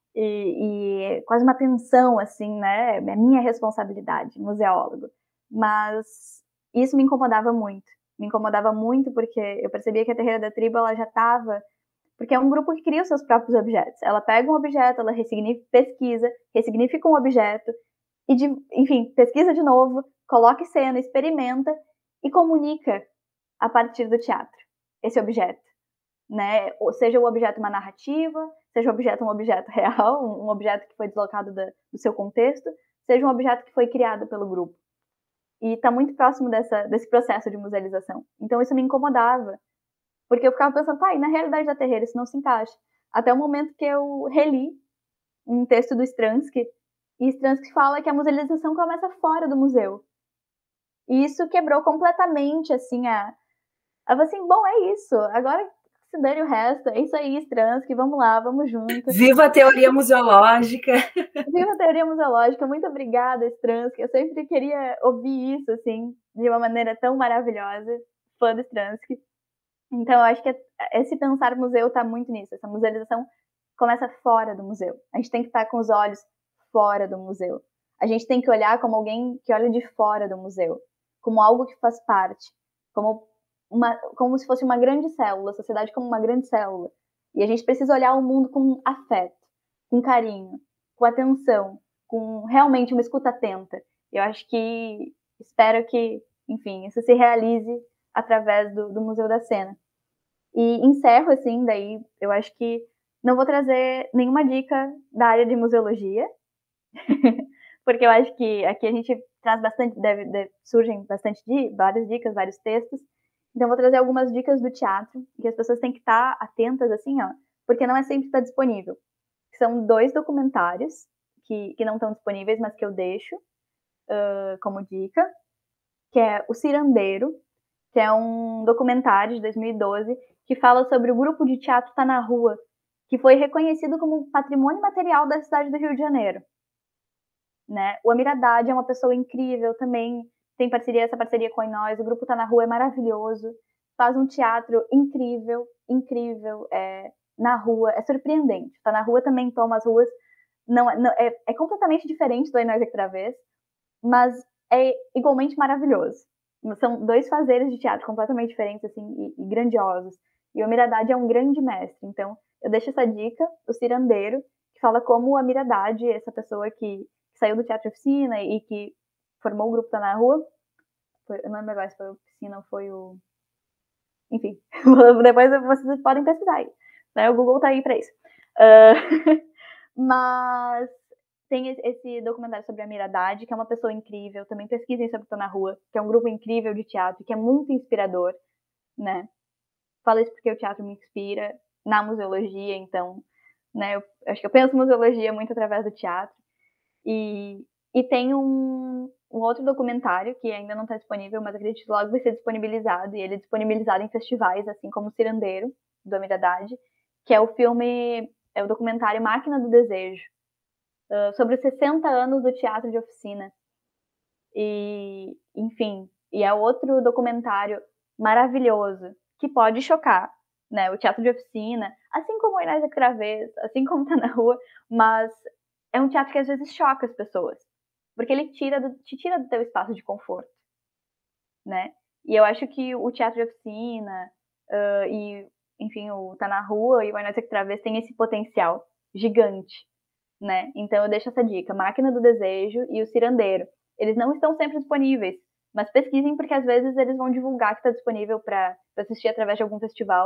E quase uma tensão, assim, né? É minha responsabilidade, museólogo. Mas isso me incomodava muito. Me incomodava muito porque eu percebia que a Terreira da Tribo, ela já estava... Porque é um grupo que cria os seus próprios objetos. Ela pega um objeto, ela pesquisa, ressignifica um objeto, e, enfim, pesquisa de novo, coloca em cena, experimenta e comunica a partir do teatro esse objeto. Né? Ou seja o objeto uma narrativa, seja o objeto um objeto real, um objeto que foi deslocado do seu contexto, seja um objeto que foi criado pelo grupo. E está muito próximo desse processo de musealização. Então isso me incomodava, porque eu ficava pensando, e na realidade da Terreira isso não se encaixa. Até o momento que eu reli um texto do Stransky, e Stransky fala que a musealização começa fora do museu. E isso quebrou completamente, assim, eu falei assim, bom, é isso, agora se dane o resto, é isso aí, Stransky, vamos lá, vamos juntos. Viva a teoria museológica! Viva a teoria museológica, muito obrigada, Stransky, eu sempre queria ouvir isso, assim, de uma maneira tão maravilhosa, fã do Stransky. Então, eu acho que esse pensar museu está muito nisso. Essa musealização começa fora do museu. A gente tem que estar com os olhos fora do museu. A gente tem que olhar como alguém que olha de fora do museu, como algo que faz parte, como se fosse uma grande célula, a sociedade como uma grande célula. E a gente precisa olhar o mundo com afeto, com carinho, com atenção, com realmente uma escuta atenta. Eu acho que, espero que, enfim, isso se realize através do Museu da Cena. E encerro, assim, daí eu acho que não vou trazer nenhuma dica da área de museologia, porque eu acho que aqui a gente traz bastante, surgem bastante várias dicas, vários textos. Então eu vou trazer algumas dicas do teatro, que as pessoas têm que estar atentas, assim, porque não é sempre que está disponível. São 2 documentários que não estão disponíveis, mas que eu deixo como dica, que é O Cirandeiro, que é um documentário de 2012 que fala sobre o grupo de teatro Tá na Rua, que foi reconhecido como patrimônio material da cidade do Rio de Janeiro. Né? O Amir Haddad é uma pessoa incrível também, tem essa parceria com nós, o grupo Tá na Rua é maravilhoso, faz um teatro incrível, na rua, é surpreendente. Tá na Rua também toma as ruas, é completamente diferente do Aí Nós Outra Vez, mas é igualmente maravilhoso. São 2 fazeres de teatro completamente diferentes, assim, e grandiosos. E o Amir Haddad é um grande mestre. Então, eu deixo essa dica, O Cirandeiro, que fala como o Amir Haddad, essa pessoa que saiu do Teatro Oficina e que formou o grupo Tá na Rua. Eu não lembro agora se foi a Oficina ou foi o... Enfim, depois vocês podem pesquisar aí. Né? O Google tá aí pra isso. Mas tem esse documentário sobre a Amir Haddad, que é uma pessoa incrível. Também pesquisem sobre Tá na Rua, que é um grupo incrível de teatro, que é muito inspirador, né? Falo isso porque o teatro me inspira na museologia, então, né? Eu acho que eu penso museologia muito através do teatro. E tem um outro documentário que ainda não está disponível, mas acredito que logo vai ser disponibilizado, e ele é disponibilizado em festivais, assim como o Cirandeiro, do Amir Haddad, que é o documentário Máquina do Desejo, sobre os 60 anos do teatro de oficina. E, enfim, e é outro documentário maravilhoso, que pode chocar, né? O teatro de oficina, assim como o Inés Cravês, assim como Tá na Rua, mas é um teatro que às vezes choca as pessoas, porque ele te tira do teu espaço de conforto, né? E eu acho que o teatro de oficina e, enfim, o Tá na Rua e o Inés Cravês tem esse potencial gigante, né? Então eu deixo essa dica, Máquina do Desejo e O Cirandeiro. Eles não estão sempre disponíveis, mas pesquisem, porque às vezes eles vão divulgar que está disponível para assistir através de algum festival,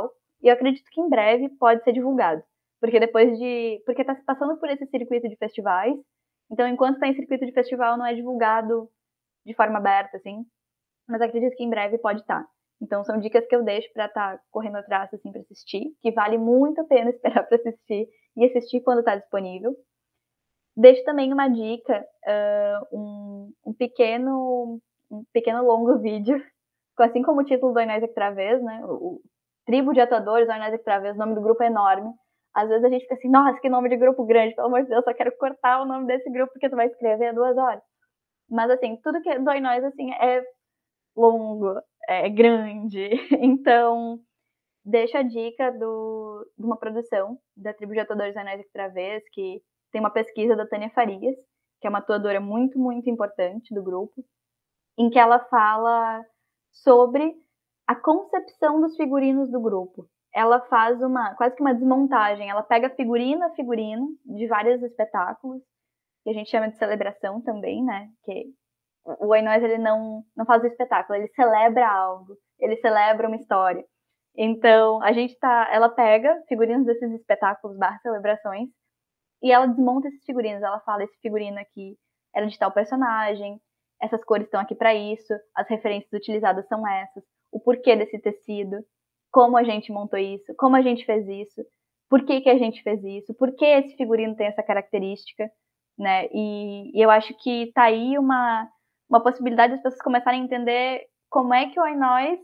E eu acredito que em breve pode ser divulgado. Porque porque está passando por esse circuito de festivais, então enquanto está em circuito de festival não é divulgado de forma aberta, assim, mas acredito que em breve pode estar. Então são dicas que eu deixo para estar correndo atrás, assim, para assistir, que vale muito a pena esperar para assistir e assistir quando está disponível. Deixo também uma dica, um pequeno longo vídeo, assim como o título do Oinóis Extravês, né, o Tribo de Atuadores, Oinóis Extravês, o nome do grupo é enorme. Às vezes a gente fica assim, nossa, que nome de grupo grande, pelo amor de Deus, só quero cortar o nome desse grupo porque tu vai escrever 2 horas. Mas, assim, tudo que é do Oinóis, assim, é longo, é grande. Então, deixo a dica de uma produção da Tribo de Atuadores Oinóis Extravês, que tem uma pesquisa da Tânia Farias, que é uma atuadora muito, muito importante do grupo, em que ela fala sobre a concepção dos figurinos do grupo. Ela faz quase que uma desmontagem. Ela pega figurino a figurino de vários espetáculos, que a gente chama de celebração também, né? Que o Oinóis, ele não faz o espetáculo, ele celebra algo, ele celebra uma história. Então, ela pega figurinos desses espetáculos / celebrações e ela desmonta esses figurinos. Ela fala, esse figurino aqui era de tal personagem, essas cores estão aqui para isso, as referências utilizadas são essas, o porquê desse tecido, como a gente montou isso, como a gente fez isso, por que a gente fez isso, por que esse figurino tem essa característica, né? E eu acho que tá aí uma possibilidade das pessoas começarem a entender como é que o Oinóis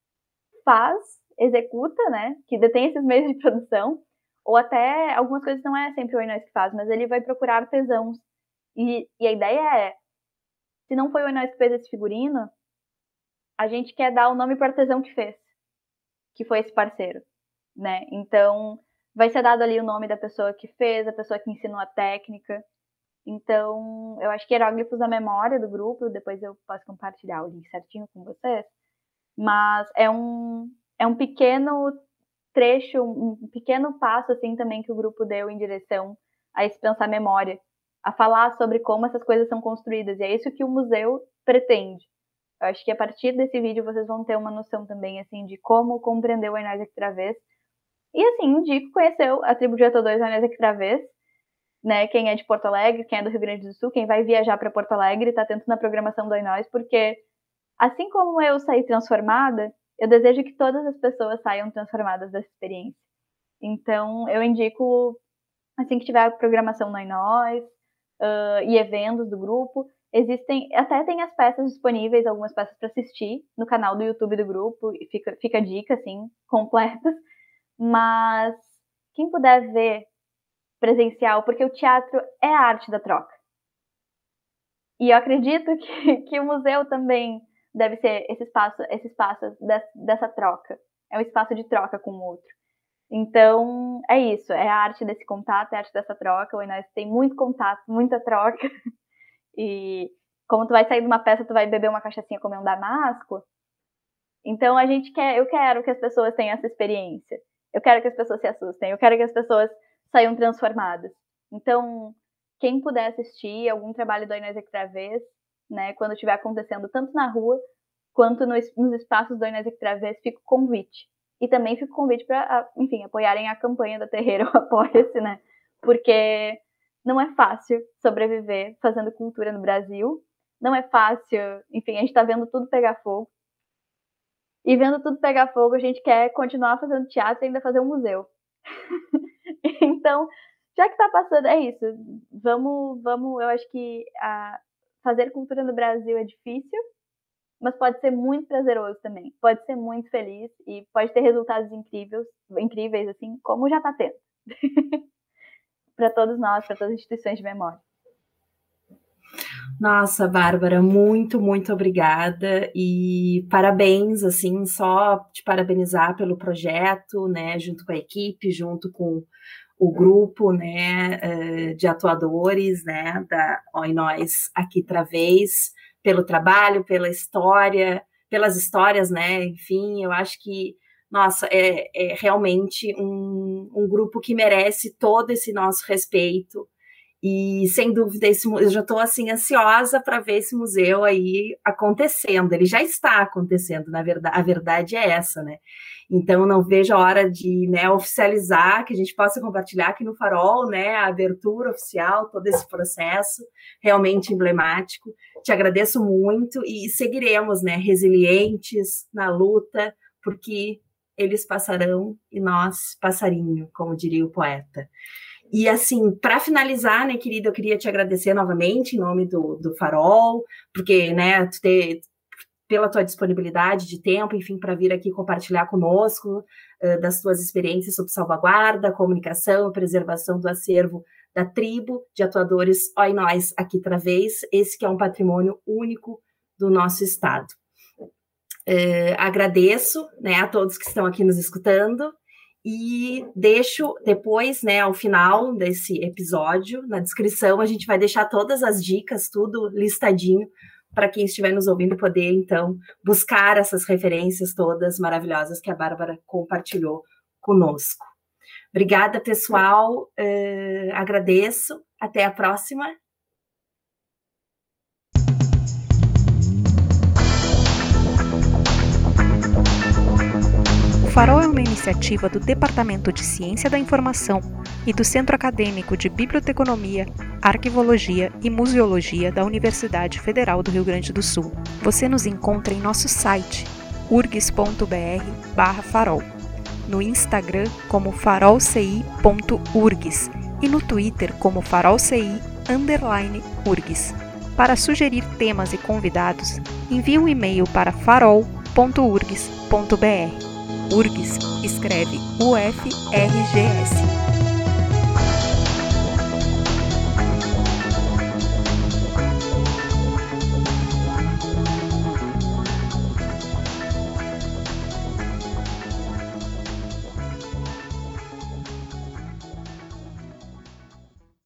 executa, né? Que detém esses meios de produção, ou até algumas coisas não é sempre o Oinóis que faz, mas ele vai procurar artesãos. E a ideia é, se não foi o Oinóis que fez esse figurino, a gente quer dar o nome para o artesão que fez, que foi esse parceiro, né? Então, vai ser dado ali o nome da pessoa que fez, a pessoa que ensinou a técnica. Então, eu acho que Hieróglifos da Memória do grupo, depois eu posso compartilhar o link certinho com vocês, mas é um pequeno trecho, um pequeno passo, assim, também que o grupo deu em direção a esse pensar memória, a falar sobre como essas coisas são construídas, e é isso que o museu pretende. Eu acho que a partir desse vídeo vocês vão ter uma noção também, assim, de como compreender o Oinóis Extravês. E, assim, indico conhecer a Tribo de Atuadores Oinóis Extravês, né? Quem é de Porto Alegre, quem é do Rio Grande do Sul, quem vai viajar para Porto Alegre, tá atento na programação do Oinóis, porque, assim como eu saí transformada, eu desejo que todas as pessoas saiam transformadas dessa experiência. Então, eu indico, assim que tiver a programação no Oinóis, e eventos do grupo, até tem as peças disponíveis, algumas peças para assistir no canal do YouTube do grupo, e fica a dica, assim, completas. Mas quem puder ver presencial, porque o teatro é a arte da troca. E eu acredito que o museu também deve ser esse espaço dessa troca. É um espaço de troca com o outro. Então, é isso. É a arte desse contato, é a arte dessa troca. O Oinóis tem muito contato, muita troca. E como tu vai sair de uma peça, tu vai beber uma cachaçinha, comer um damasco. Então, eu quero que as pessoas tenham essa experiência. Eu quero que as pessoas se assustem. Eu quero que as pessoas saiam transformadas. Então, quem puder assistir algum trabalho do Oinóis Extravês, né, quando estiver acontecendo tanto na rua quanto nos espaços do Oinóis Extravês, fica o convite. E também fica o convite para, enfim, apoiarem a campanha da Terreira, o Apoia-se, né? Porque não é fácil sobreviver fazendo cultura no Brasil. Não é fácil, enfim, a gente está vendo tudo pegar fogo. E vendo tudo pegar fogo, a gente quer continuar fazendo teatro e ainda fazer um museu. Então, já que tá passando, é isso. Vamos, eu acho que fazer cultura no Brasil é difícil, mas pode ser muito prazeroso também. Pode ser muito feliz e pode ter resultados incríveis, assim, como já tá tendo. Para todos nós, para todas as instituições de memória. Nossa, Bárbara, muito, muito obrigada e parabéns, assim, só te parabenizar pelo projeto, né, junto com a equipe, junto com o grupo, né, de atuadores, né, da Oinóis aqui Travês, pelo trabalho, pela história, pelas histórias, né, enfim, eu acho que, nossa, é realmente um grupo que merece todo esse nosso respeito. E, sem dúvida, eu já estou assim, ansiosa para ver esse museu aí acontecendo. Ele já está acontecendo, na verdade, a verdade é essa, né? Então, não vejo a hora de, né, oficializar, que a gente possa compartilhar aqui no Farol, né, a abertura oficial, todo esse processo realmente emblemático. Te agradeço muito e seguiremos, né, resilientes na luta, porque eles passarão e nós passarinho, como diria o poeta. E, assim, para finalizar, né, querida, eu queria te agradecer novamente em nome do Farol, porque, né, pela tua disponibilidade de tempo, enfim, para vir aqui compartilhar conosco das tuas experiências sobre salvaguarda, comunicação, preservação do acervo da tribo de atuadores Oi Nós aqui Travês, esse que é um patrimônio único do nosso estado. Agradeço, né, a todos que estão aqui nos escutando e deixo depois, né, ao final desse episódio, na descrição, a gente vai deixar todas as dicas, tudo listadinho, para quem estiver nos ouvindo poder, então, buscar essas referências todas maravilhosas que a Bárbara compartilhou conosco. Obrigada, pessoal. Agradeço. Até a próxima. O Farol é uma iniciativa do Departamento de Ciência da Informação e do Centro Acadêmico de Biblioteconomia, Arquivologia e Museologia da Universidade Federal do Rio Grande do Sul. Você nos encontra em nosso site, urgs.br/farol, no Instagram como farolci.urgs e no Twitter como farolci_urgs. Para sugerir temas e convidados, envie um e-mail para farol.urgs.br. URGS escreve UFRGS.